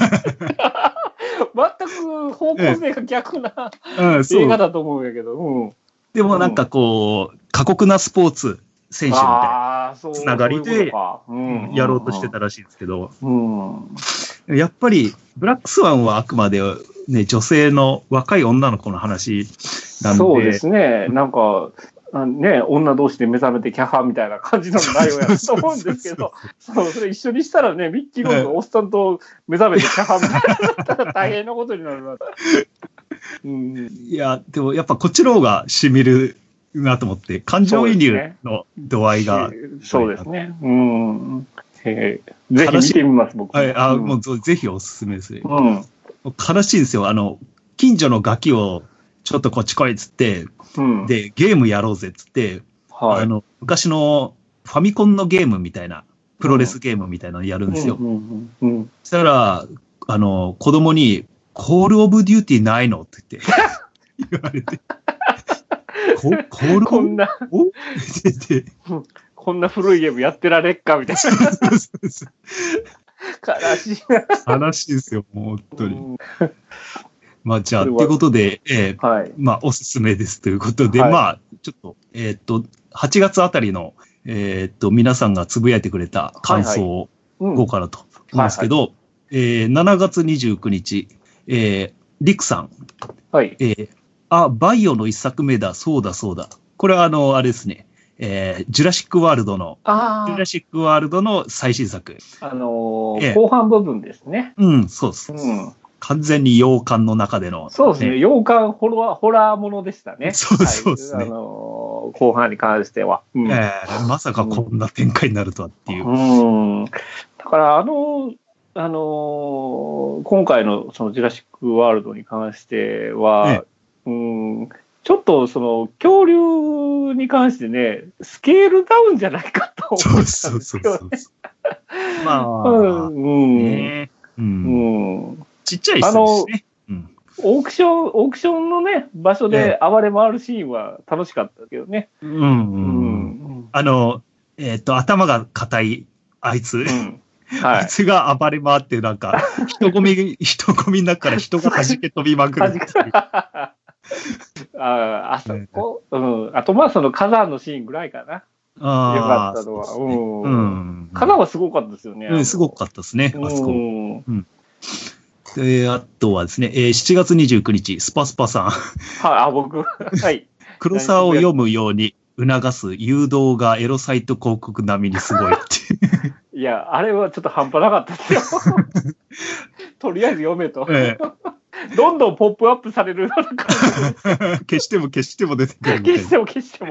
S2: 全く方向性が逆な、えー、映画だと思うんやけど。うん、
S1: でもなんかこう、過酷なスポーツ選手みたいなつながりでやろうとしてたらしいんですけど。うん、やっぱり、ブラックスワンはあくまでね、女性の若い女の子の話なんで。
S2: そうですね。なんか、ね、女同士で目覚めてキャハみたいな感じの内容やと思うんですけど、そうそれ一緒にしたらね、ミッキー・ローズがおっさんと目覚めてキャハみたいなだったら大変なことになるな。
S1: うん、いや、でもやっぱこっちの方が染みるなと思って、感情移入の度合いが。
S2: そうですね。うん。えー、ぜひ見てみます、僕。
S1: はい、あ、うん、もうぜひおすすめですね。うん。悲しいんですよ。あの、近所のガキをちょっとこっち来いっつって、うん、で、ゲームやろうぜっつって、はい、あの、昔のファミコンのゲームみたいな、プロレスゲームみたいなのやるんですよ。そしたら、あの、子供に、コールオブデューティーないのって言って、言われて。コールオブ
S2: こんな、こんな古いゲームやってられっかみたいな。悲しい
S1: な。悲しいですよ、もう本当に。まあ、じゃあ、ということで、えーはい、まあ、おすすめですということで、はい、まあ、ちょっと、えー、っと、はちがつあたりの、えー、っと、皆さんがつぶやいてくれた感想を、ごからと思うんですけど、はいはいえー、しちがつにじゅうくにち、えー、リクさん。はい。えー、あ、バイオの一作目だ、そうだそうだ。これはあの、あれですね、えー、ジュラシックワールドの、ジュラシックワールドの最新作。
S2: あのーえー、後半部分ですね。
S1: うん、そうです。うん完全に洋館の中での、ね。
S2: そうですね。洋館ホラー、ホラーものでしたね。
S1: そうそうですね。
S2: はい、あのー、後半に関しては、
S1: うんえー。まさかこんな展開になるとはっていう。
S2: うん。だから、あの、あのー、今回のそのジュラシックワールドに関しては、ね、うんちょっとその恐竜に関してね、スケールダウンじゃないかと思ったんですよね。そうそうそうそう。
S1: まあ、うん。ね、うん。うんちっちゃいですね。
S2: うん、オークション、オークションのね、場所で暴れ回るシーンは楽しかったけどね。
S1: うん。うんうん、あの、えっ、ー、と、頭が硬いあいつ。うんはい、あいつが暴れ回って、なんか、人混み、人混みの中から人が弾け飛びまくるっていう。
S2: ああそこ、うん。あと、まあ、その火山のシーンぐらいかな。あよかったのは。う、ね、うん。火山はすごかったですよね。
S1: うん、すごかったですね、あそこ。うんで、あとはですね、えー、しちがつにじゅうくにち、スパスパさん。
S2: はい、あ、僕。はい。
S1: 黒沢を読むように促す誘導がエロサイト広告並みにすごいって。
S2: いや、あれはちょっと半端なかったですよ。とりあえず読めと。ええ、どんどんポップアップされるような感
S1: じで。消しても消しても出てくるみたいな。
S2: 消しても消しても。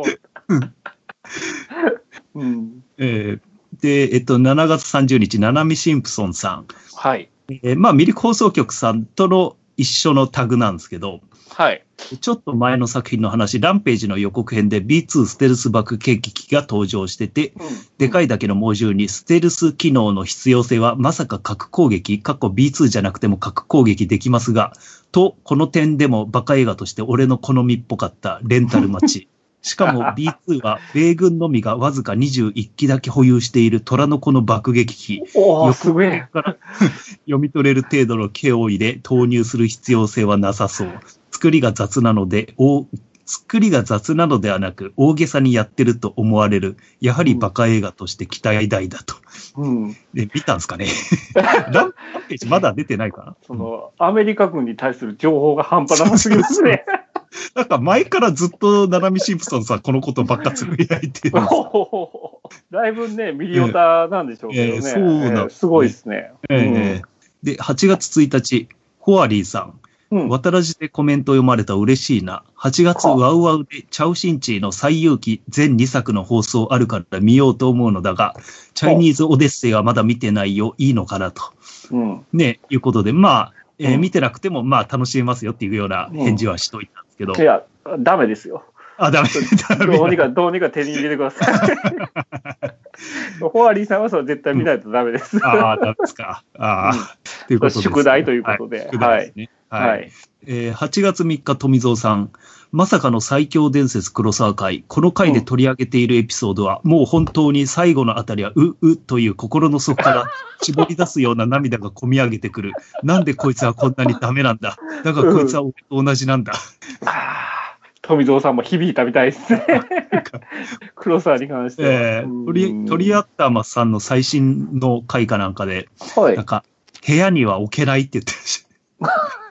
S1: うんえー、で、えっと、しちがつさんじゅうにち、ナナミ・シンプソンさん。
S2: はい。
S1: えー、まあ、ミルク放送局さんとの一緒のタグなんですけど、
S2: はい。
S1: ちょっと前の作品の話、ランページの予告編で ビーツー ステルス爆撃機が登場してて、うん、でかいだけの猛獣にステルス機能の必要性はまさか核攻撃、過去 ビーツー じゃなくても核攻撃できますが、と、この点でもバカ映画として俺の好みっぽかったレンタル待ち。しかも ビーツー は米軍のみがわずかにじゅういっきだけ保有している虎の子の爆撃機。
S2: おー、すごい。
S1: から読み取れる程度の毛を入れ投入する必要性はなさそう。作りが雑なので、作りが雑なのではなく大げさにやってると思われる。やはりバカ映画として期待大だと。うん、で見たんですかね。ランページまだ出てないかな。
S2: そのアメリカ軍に対する情報が半端なさすぎますね。
S1: なんか前からずっとナナミ・シンプソンさんこのことばっかつぶやいてる。
S2: だいぶね、ミリオタなんでしょうけどね。えー、そうなんですね、えー、すごいですね。
S1: えーうん、で、はちがつついたち、ホアリーさん。うん、渡らじでコメント読まれた嬉しいな。はちがつワウワウでチャウシンチーの最有機全にさくの放送あるから見ようと思うのだが、チャイニーズオデッセイはまだ見てないよ、いいのかなと。うん、ね、いうことで、まあ、えーうん、見てなくてもまあ楽しめますよっていうような返事はしといたんですけど。うん、
S2: いや、ダメですよ。
S1: あ、ダメ。
S2: どうにか、どうにか手に入れてください。ホアリーさんはそれ絶対見ないとダメです。
S1: うん、ああ、ダメですか。ああ、うん、
S2: ということです、ね。宿題ということで。はい。
S1: はい。はいえー、はちがつみっか、富蔵さん。まさかの最強伝説黒沢会。この回で取り上げているエピソードは、うん、もう本当に最後のあたりは、う、うという心の底から絞り出すような涙が込み上げてくる。なんでこいつはこんなにダメなんだ。だがこいつは俺と同じなんだ。
S2: うん、あ富蔵さんも響いたみたいですね。黒沢に関しては。
S1: えー、鳥、鳥頭さんの最新の回かなんかで、はい、なんか、部屋には置けないって言ってました。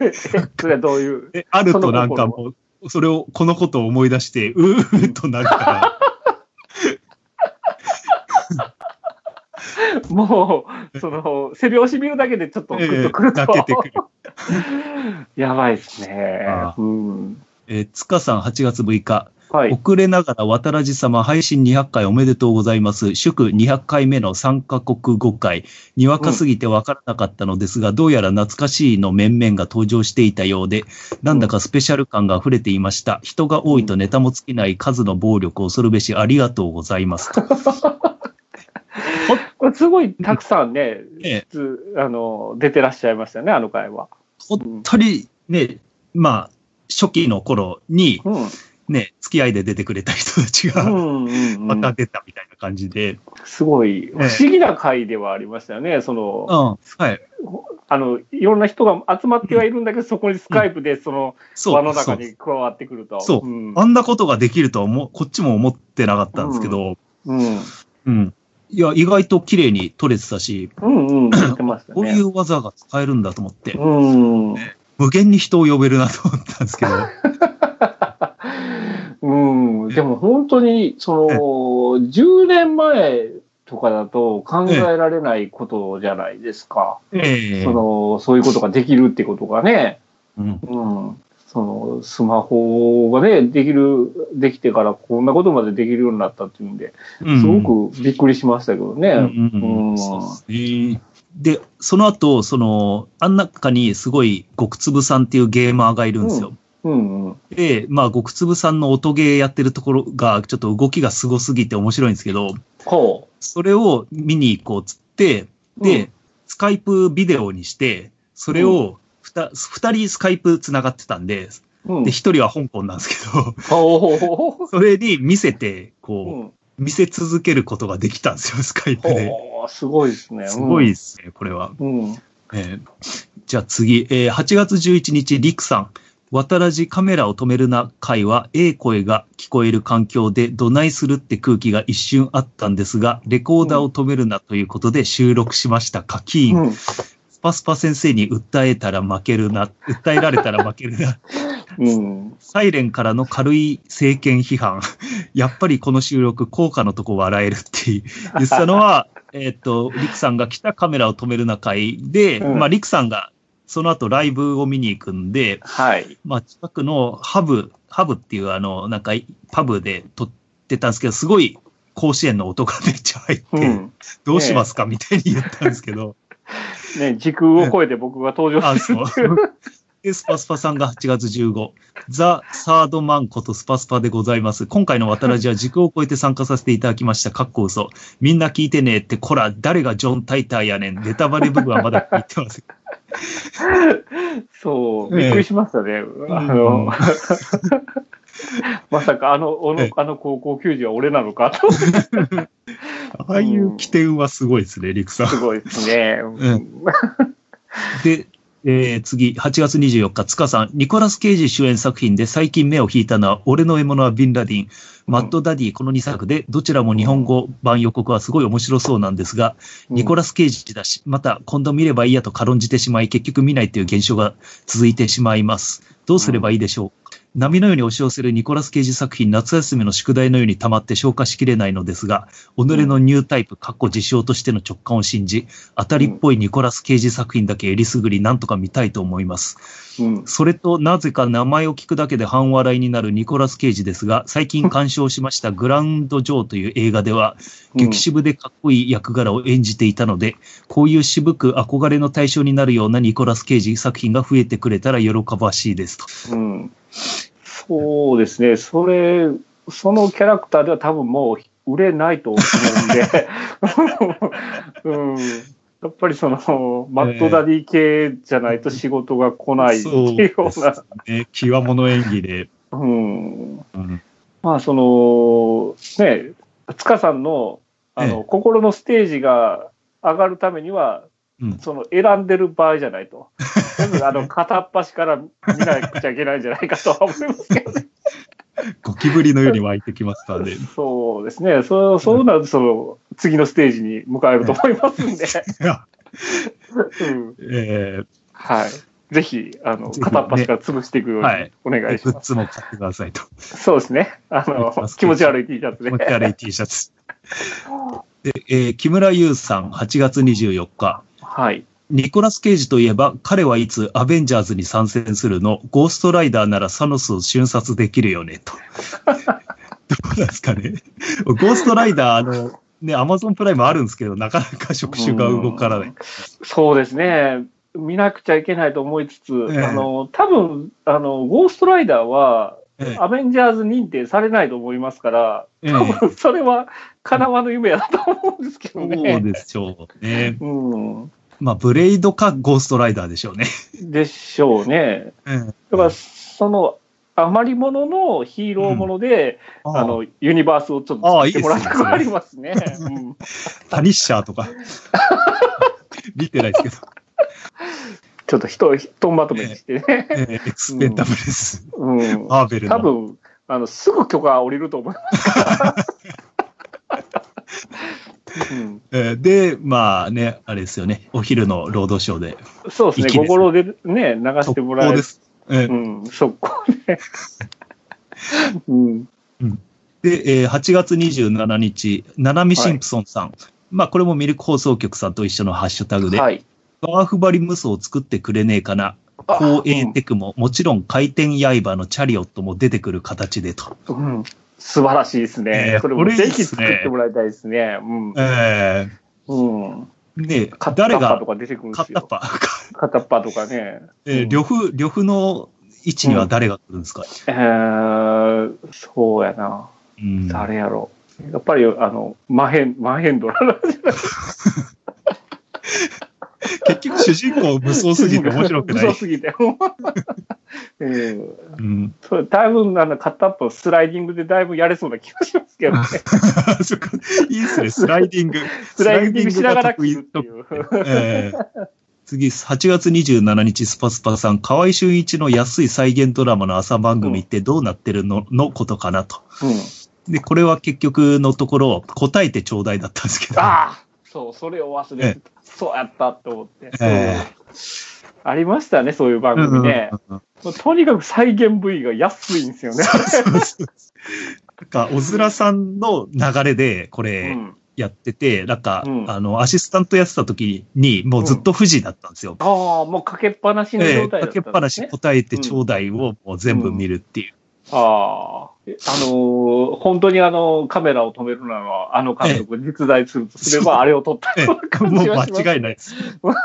S2: それはどういう。
S1: え、あるとなんかもう、それを、このことを思い出して、うーっとなるから。
S2: もう、その、背拍子見るだけでちょっとグッとくると。
S1: えー、泣けてくる。
S2: やばいですね。
S1: ああ、
S2: うん、
S1: えー、塚さんはちがつむいか。
S2: はい、
S1: 遅れながら渡らじ様配信にひゃっかいおめでとうございます。祝にひゃっかいめのさんカ国語会。にわかすぎてわからなかったのですが、うん、どうやら懐かしいの面々が登場していたようで、なんだかスペシャル感が溢れていました。人が多いとネタも尽きない数の暴力を恐るべしありがとうございます。
S2: これすごいたくさんね、ええ、あの出てらっしゃいましたよね、あの回は。
S1: 本当にね、まあ、初期の頃に、うん、ね、付き合いで出てくれた人たちが、また出たみたいな感じで。
S2: すごい、不思議な回ではありましたよね、その、うん、はい。あの、いろんな人が集まってはいるんだけど、うん、そこにスカイプでその、うん、輪の中に加わってくると。
S1: そう。うん、あんなことができるとはもこっちも思ってなかったんですけど、うん。うん。うん、いや、意外と綺麗に撮れてたし、
S2: うんうん、出てましたね。
S1: こういう技が使えるんだと思って、うんね、無限に人を呼べるなと思ったんですけど。
S2: うん、でも本当に、その、じゅうねんまえとかだと考えられないことじゃないですか。ええ、その、そういうことができるってことがね。うん。うん、その、スマホがね、できる、できてからこんなことまでできるようになったっていうんで、すごくびっくりしましたけどね。うん。そうです
S1: ね。で、その後、その、あん中にすごい、極粒さんっていうゲーマーがいるんですよ。うんうんうん、で、まあ、極粒さんの音ゲーやってるところが、ちょっと動きがすごすぎて面白いんですけど、ほう。それを見に行こうっつって、で、うん、スカイプビデオにして、それをふた、二人スカイプ繋がってたんで、うん、で、一人は香港なんですけど、それに見せて、こう、うん、見せ続けることができたんですよ、スカイプで。
S2: すごいですね。
S1: すごいですね、これは。うんえー、じゃあ次、えー、はちがつじゅういちにち、リクさん。渡らじカメラを止めるな会は、ええ声が聞こえる環境でどないするって空気が一瞬あったんですが、レコーダーを止めるなということで収録しました。カキーン。うん、スパスパ先生に訴えたら負けるな、訴えられたら負けるな。うん、サイレンからの軽い政権批判。やっぱりこの収録、効果のとこ笑えるって言ってたのは、えっと、リクさんが来たカメラを止めるな会で、うん、まあ、リクさんがその後ライブを見に行くんで、はい。まあ、近くのハブ、ハブっていうあの、なんかパブで撮ってたんですけど、すごい甲子園の音がめっちゃ入って、うん、どうしますか、ね、みたいに言ったんですけど。
S2: ね、時空を超えて僕が登場するっていう。
S1: で、スパスパさんがはちがつじゅうご、ザ・サードマンことスパスパでございます。今回の渡らじは時空を超えて参加させていただきました。かっこ嘘。みんな聞いてねって、こら、誰がジョン・タイターやねん。ネタバレ部分はまだ聞いてます。
S2: そう、びっくりしましたね。えー、あの、まさかあの、あの高校球児は俺なのかと。
S1: ああいう起点はすごいですね、リクさん。
S2: すごいですね。うん、
S1: で、えー、次、はちがつにじゅうよっか、塚さん、ニコラス・ケイジ主演作品で最近目を引いたのは、俺の獲物はビンラディン、マッドダディ、このにさくで、どちらも日本語版予告はすごい面白そうなんですが、ニコラス・ケイジだし、また今度見ればいいやと軽んじてしまい、結局見ないという現象が続いてしまいます。どうすればいいでしょうか。波のように押し寄せるニコラス・ケイジ作品、夏休みの宿題のように溜まって消化しきれないのですが、己のニュータイプ、過去事象としての直感を信じ、当たりっぽいニコラス・ケイジ作品だけえりすぐり、なんとか見たいと思います。うん、それと、なぜか名前を聞くだけで半笑いになるニコラス・ケイジですが、最近鑑賞しましたグランド・ジョーという映画では、激渋でかっこいい役柄を演じていたので、こういう渋く憧れの対象になるようなニコラス・ケイジ作品が増えてくれたら喜ばしいですと。うん
S2: そうですね、それ、そのキャラクターでは多分もう売れないと思うんで、うん、やっぱりその、マットダディ系じゃないと仕事が来ないっていうような。
S1: えー、ね、極物演技で。
S2: うんうん、まあ、その、ね、塚さんの、あの、えー、心のステージが上がるためには、うん、その選んでる場合じゃないと。あの片っ端から見なくちゃいけないんじゃないかとは思いますけどね。
S1: ゴキブリのように湧いてきますからね。
S2: そうですね。そう、そうなると、その、次のステージに迎えると思いますんで。うん、えー、はい。 ぜひ、あの、片っ端から潰していくようにお願いします。
S1: グッズも買ってくださいと。
S2: そうですね。あの、気持ち悪い T シャツね。
S1: 気持ち悪い T シャツ。で、えー、木村優さん、はちがつにじゅうよっか。
S2: はい。
S1: ニコラス・ケイジといえば、彼はいつアベンジャーズに参戦するの？ゴーストライダーならサノスを瞬殺できるよね、と。どうなんですかね。ゴーストライダー、あの、ね、アマゾンプライムあるんですけど、なかなか触手が動からない。
S2: そうですね。見なくちゃいけないと思いつつ、えー、あの、多分、あの、ゴーストライダーは、えー、アベンジャーズ認定されないと思いますから、多分それは叶わぬ夢やと思うんですけどね。
S1: そうでしょうね。
S2: うん。
S1: まあ、ブレイドかゴーストライダーでしょうね。
S2: でしょうね。うん、だから、その、余り物のヒーローもので、うん、あ, あの、ユニバースをちょっと作ってもらったくありますね。うん、
S1: タニッシャーとか。見てないですけど。
S2: ちょっと人、人まとめにしてね。え
S1: ええ、エクスペンダブルス。
S2: うん。
S1: マーベルの。
S2: 多分、あの、すぐ許可降りると思いますから。
S1: うんえー、で、まあね、あれですよね、お昼のロードショーで。
S2: そうですね、午後ロでね、流してもらえる。
S1: です。えー、
S2: うん、速攻で。うん
S1: うん、で、えー、はちがつにじゅうしちにち、ナナミ・シンプソンさん。はい、まあ、これもミルク放送局さんと一緒のハッシュタグで、はい、バーフバリ無双を作ってくれねえかな。光栄テクも、うん、もちろん回転刃のチャリオットも出てくる形でと。
S2: うん素晴らしいですね。えー、それもぜひ作ってもらいたいですね。うん。
S1: え
S2: ー、うん。
S1: ね
S2: 誰が、カッタッパとか出てくるんですよ。
S1: カッタッパ。
S2: カッタッパとかね。
S1: えー、呂布、呂布の位置には誰が来るんですか、うん、
S2: えー、そうやな。うん、誰やろう。やっぱり、あの、マヘン、マヘンドラなんじゃない
S1: 結局主人公無双すぎて面白くない。
S2: 無双すぎて。うんうん、それだいぶあのカットアップスライディングでだいぶやれそうな気がしますけどね。
S1: そこいいですね、スライディング。
S2: スライディングしながら切るっていう。
S1: えー、次、はちがつにじゅうしちにち、スパスパさん、河合俊一の安い再現ドラマの朝番組ってどうなってるの、うん、のことかなと、うん。で、これは結局のところ、答えてちょうだいだったんですけど。
S2: ああそう、それを忘れてた。そうやったって思って。えーありましたね、そういう番組ね。うんうんうん、とにかく再現部位が安いんですよね。
S1: なんか、小倉さんの流れでこれやってて、うん、なんか、うん、あの、アシスタントやってた時に、もうずっと富士だったんですよ。
S2: うん、ああ、もうかけっぱなしの状態だったんですね。
S1: かけっぱなし答えてちょうだいをもう全部見るっていう。
S2: うんうん、ああ、あのー、本当にあの、カメラを止めるなら、あの監督実在するとすれば、あれを撮ったような感じがします、ね。
S1: もう間違いないです。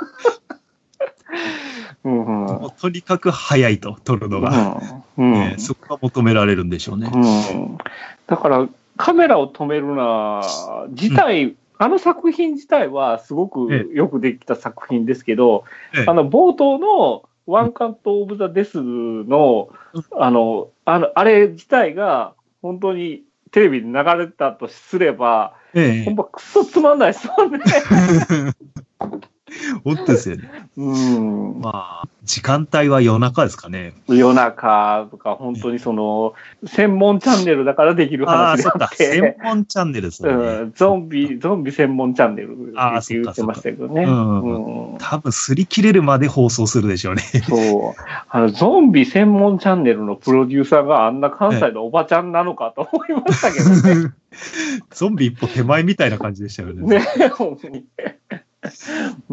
S1: うんうん、もうとにかく早いと撮るのが、うんうんえー、そこが求められるんでしょうね、
S2: うん、だからカメラを止めるな自体、うん、あの作品自体はすごくよくできた作品ですけど、ええ、あの冒頭のワンカットオブザデスの、うん、あのあのあれ自体が本当にテレビで流れたとすれば、ええ、ほんまクソつまんないですもんね。
S1: 本当ですよね。うん。まあ、時間帯は夜中ですかね。
S2: 夜中とか、本当にその、専門チャンネルだからできる話であって。
S1: 専門チャンネルですね、
S2: うん。ゾンビ、ゾンビ専門チャンネルって言ってましたけどね。うん、
S1: うん。多分、擦り切れるまで放送するでしょうね。
S2: そう。あの、ゾンビ専門チャンネルのプロデューサーがあんな関西のおばちゃんなのかと思いましたけどね。
S1: ゾンビ一歩手前みたいな感じでしたよね。
S2: ね、本当に。うん、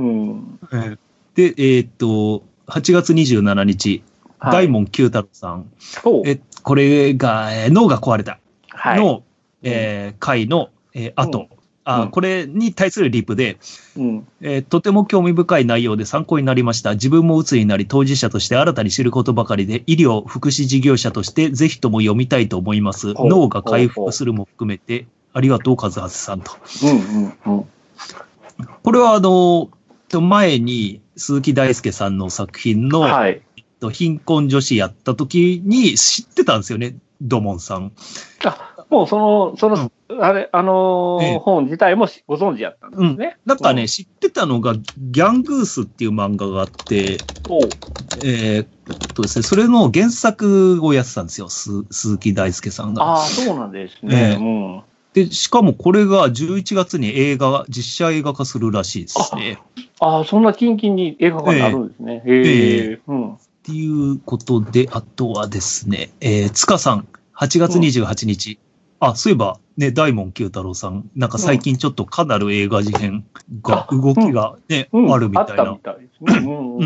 S1: で、えー、っと、はちがつにじゅうしちにち、はい、大門九太郎さん。えこれが、えー、脳が壊れたの、はいえー、回の、えー、後、うんあ、うん、これに対するリプで、うんえー、とても興味深い内容で参考になりました。自分も鬱になり、当事者として新たに知ることばかりで、医療、福祉事業者としてぜひとも読みたいと思います。脳が回復するも含めて、ありがとう、和橋さんと。うんうんうんこれはあの、前に鈴木大輔さんの作品の、はい、貧困女子やった時に知ってたんですよね、土門さん。
S2: あ、もうその、その、うん、あれ、あのーええ、本自体もご存知やったんですね。
S1: うん、なんかね、うん、知ってたのが、ギャングースっていう漫画があって、えー、っとですね、それの原作をやってたんですよ、鈴木大輔さんが。
S2: ああ、そうなんですね。
S1: えーうんで、しかもこれがじゅういちがつに映画、実写映画化するらしいですね。
S2: ああ、そんなキンキンに映画館になるんですね。えー、えー、うん。
S1: っていうことで、あとはですね、えー、塚さん、はちがつにじゅうはちにち。うん、あ、そういえば、ね、大門九太郎さん、なんか最近ちょっとかなる映画事変が、動きがね、うん、あるみたいな。あったみ
S2: たいですね。うんうんうん、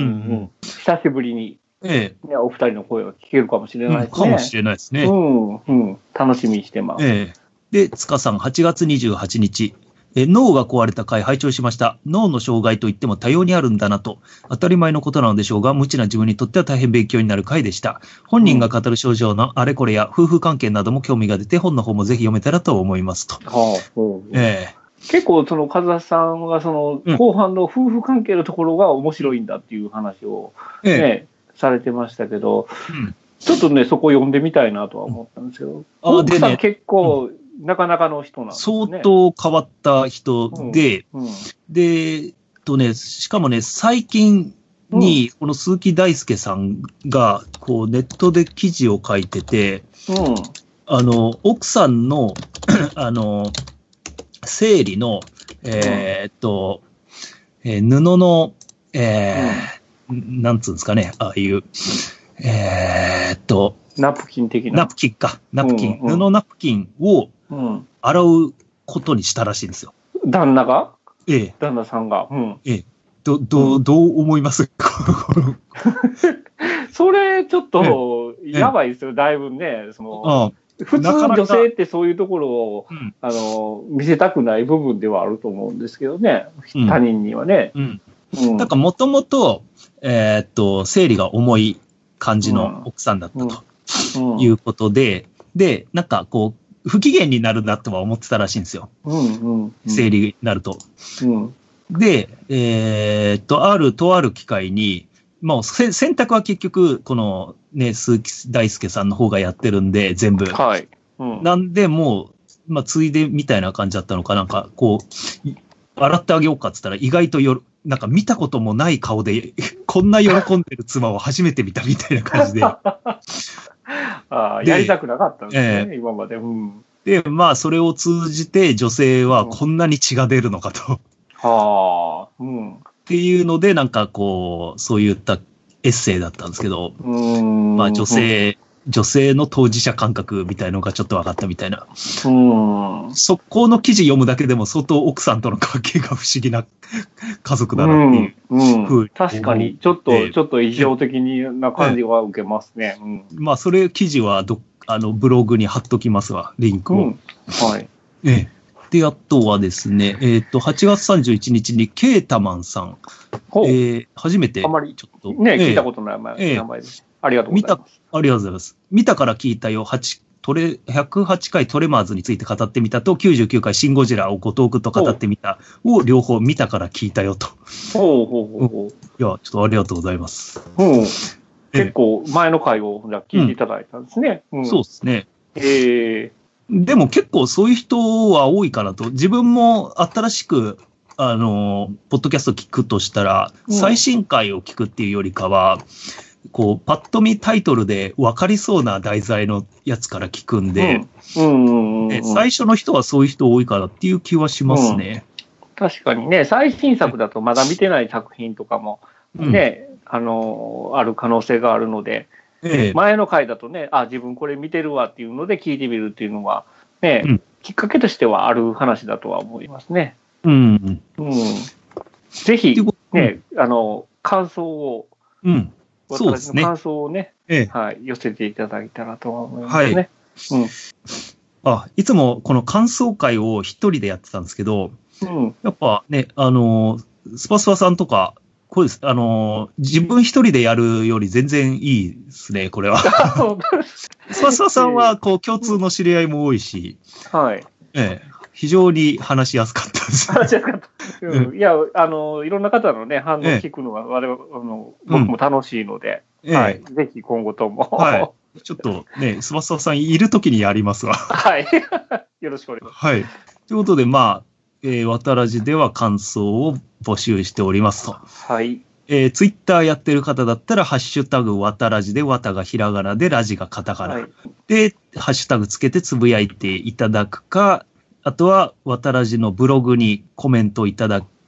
S2: 久しぶりに、ええね、お二人の声が聞けるかもしれないですね。
S1: うん、かもしれないですね。
S2: うん、うん、楽しみにしてます。
S1: ええで、塚さん、はちがつにじゅうはちにち。え脳が壊れた回拝聴しました。脳の障害といっても多様にあるんだなと。当たり前のことなのでしょうが、無知な自分にとっては大変勉強になる回でした。本人が語る症状のあれこれや夫婦関係なども興味が出て、本の方もぜひ読めたらと思いますと。はあうん、
S2: ええ結構、その、和田さんは、その、後半の夫婦関係のところが面白いんだっていう話をね、ね、うん、されてましたけど、うん、ちょっとね、そこ読んでみたいなとは思ったんですけど、うん、奥さん結構、なかなかの人なんですね。
S1: 相当変わった人で、うんうん、で、とね、しかもね、最近に、この鈴木大輔さんが、こう、ネットで記事を書いてて、うん、あの、奥さんの、あの、生理の、えー、っと、えー、布の、えー、うん、なんつうんですかね、ああいう、えー、っと、
S2: ナプキン的な。
S1: ナプキンか、ナプキン、うんうん、布ナプキンを洗うことにしたらしいんですよ。
S2: 旦那が
S1: ええ。
S2: 旦那さんが。うん、
S1: ええ。ど、どう、どう思います
S2: それ、ちょっと、やばいですよ、だいぶね。そのああ普通女性ってそういうところを、うん、あの、見せたくない部分ではあると思うんですけどね。うん、他人にはね。うん。
S1: うん、なんかもともと、えー、っと、生理が重い感じの奥さんだったということで、うんうん、で、なんかこう、不機嫌になるなとは思ってたらしいんですよ。うんうんうん、生理になると。うん、で、えー、っと、ある、とある機会に、もう選択は結局、このね、鈴木大輔さんの方がやってるんで、全部。はい。うん、なんで、もう、まあ、ついでみたいな感じだったのか、なんか、こう、洗ってあげようかって言ったら、意外とよ、なんか見たこともない顔で、こんな喜んでる妻を初めて見たみたいな感じで。
S2: ああ、やりたくなかったんですね、えー、今まで、うん。
S1: で、まあ、それを通じて、女性はこんなに血が出るのかと。はあ、うん。っていうので、なんかこう、そういったエッセイだったんですけど、うんまあ女性、女性の当事者感覚みたいのがちょっと分かったみたいな。うんそこの記事読むだけでも相当奥さんとの関係が不思議な家族だなっていう、うん
S2: うん、確かに、ちょっと、ちょっと異常的な感じは受けますね。うん、
S1: まあ、それ記事はど、あの、ブログに貼っときますわ、リンクを。うん、はい。ええ。で、あとはですね、えっ、ー、と、はちがつさんじゅういちにちにケータマンさん。えー、初めて、
S2: あまり、ちょっと。ね、えー、聞いたことない名前です、えー。ありがとうございます。
S1: ありがとうございます。見たから聞いたよ、はち、トレ、ひゃくはちかいトレマーズについて語ってみたと、きゅうじゅうきゅうかいシンゴジラをごトークと語ってみたを両方見たから聞いたよと。ほうほうほうほう。いや、ちょっとありがとうございます。
S2: うん、結構前の回を聞いていただいたんですね。
S1: うんうん、そうですね。えーでも結構そういう人は多いかなと。自分も新しく、あの、ポッドキャスト聞くとしたら、最新回を聞くっていうよりかは、こう、パッと見タイトルで分かりそうな題材のやつから聞くんで、最初の人はそういう人多いかなっていう気はしますね。
S2: うん、確かにね、最新作だとまだ見てない作品とかもね、うん、あの、ある可能性があるので、ええ、前の回だとね、あ、自分これ見てるわっていうので聞いてみるっていうのは、ね、うん、きっかけとしてはある話だとは思いますね。うん。うん、ぜひ、ね、うん、あの、感想を、うん、私の感想をね、ええ、はい、寄せていただいたらとは思いますね。はい、うん、
S1: あ、いつもこの感想会を一人でやってたんですけど、うん、やっぱね、あの、スパスパさんとか、これです。あのー、自分一人でやるより全然いいですね、これは。スパスパさんは、こう、共通の知り合いも多いし、はい。ええ、非常に話しやすかったです。
S2: 話しやすかった。うん、いや、あの、いろんな方のね、反応を聞くのが、我々、あの、僕も楽しいので、うん、はい。ぜひ今後とも。
S1: はい。ちょっとね、スパスパさんいるときにやりますわ。
S2: はい。よろしくお願いします。
S1: はい。ということで、まあ、えー、わたらじでは感想を募集しておりますと。はい。えー、ツイッターやってる方だったら、ハッシュタグわたらじで、わたがひらがなで、ラジがカタカナ。はい、で、ハッシュタグつけてつぶやいていただくか、あとは、わたらじのブログにコメントいただ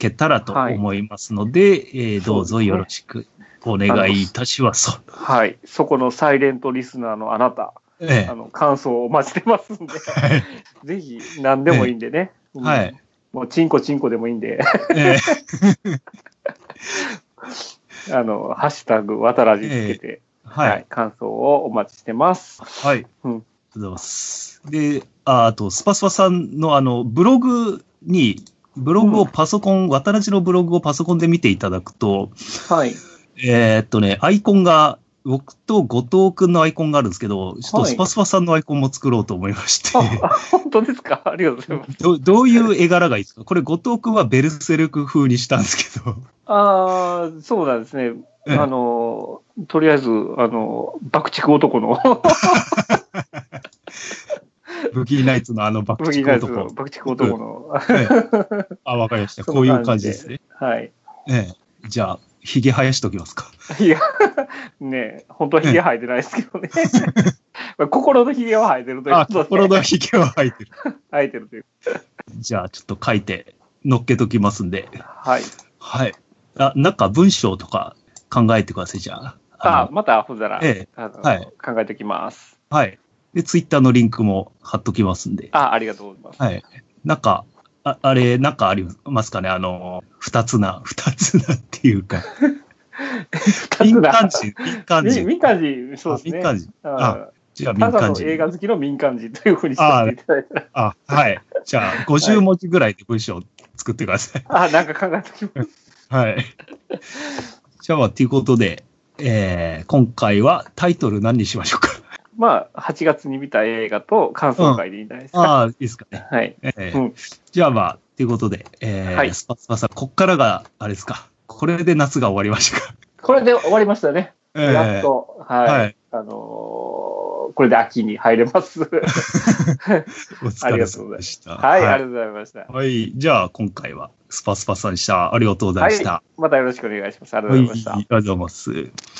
S1: けたらと思いますので、はい、えー、どうぞよろしくお願いいたします。
S2: はい。そこのサイレントリスナーのあなた、ええ、あの感想をお待ちしてますんで、はい、ぜひ何でもいいんでね。ええ、うん、はい。もうチンコチンコでもいいんで。ええ、あの、ハッシュタグ、わたらじつけて、ええ、はい、はい。感想をお待ちしてます。
S1: はい。うん。ありがとうございます。で、あ、あと、スパスパさんのあの、ブログに、ブログをパソコン、うん、わたらじのブログをパソコンで見ていただくと、はい。えー、っとね、アイコンが、僕と後藤くんのアイコンがあるんですけど、ちょっとスパスパさんのアイコンも作ろうと思いまして。
S2: はい、あ、本当ですか？ありがとうございます。
S1: ど, どういう絵柄がいいですか？これ後藤くんはベルセルク風にしたんですけど。
S2: ああ、そうなんですね。ええ、あの、とりあえず、あの、爆竹男の。
S1: ブギーナイツのあの爆竹男。
S2: 爆竹男の。
S1: ええ、あ、わかりました。こういう感じですね。
S2: はい。
S1: ええ、じゃあ、ひげ生やしときますか。
S2: いや、ねえ、本当はひげ生えてないですけどね。心のひげは生えてるということで。
S1: あ、心のひげは生えてる。
S2: 生えてるという。
S1: じゃあ、ちょっと書いて、乗っけときますんで。
S2: はい。
S1: はい。あ、なんか文章とか考えてください、じゃあ。
S2: ああ、また、ほんなら、
S1: ええ、
S2: あの、
S1: はい、
S2: 考えておきます。
S1: はい。で、ツイッターのリンクも貼っときますんで。
S2: あ、ありがとうございます。
S1: はい。なんか、あ, あれ、なんかありますかね、あの、二つな、二つなっていうか。民間人、民間人。
S2: 民間人、そうですね。
S1: 民間人。あ、じゃあ民間人。
S2: ただの映画好きの民間人というふうにしていただいたら。
S1: あ、はい。じゃあ、ごじゅう文字ぐらいで文章を作ってください。
S2: はい、あ、なんか考えておきます。
S1: はい。じゃあ、ということで、えー、今回はタイトル何にしましょうか。
S2: まあ、はちがつに見た映画と感想会でいいんじゃないですか。
S1: うん、ああ、いいですかね。
S2: はい。
S1: えーうん、じゃあまあ、ということで、えーはい、スパスパさん、こっからが、あれですか。これで夏が終わりましたか。
S2: これで終わりましたね。えー、やっと、はい。はい、あのー、これで秋に入れます。お
S1: 疲れ様でした。
S2: はい、はい、ありがとうございました。
S1: はい。じゃあ、今回はスパスパさんでした。ありがとうございました。
S2: はい、またよろしくお願いします。ありがとうございました。はい、
S1: ありがとうございます。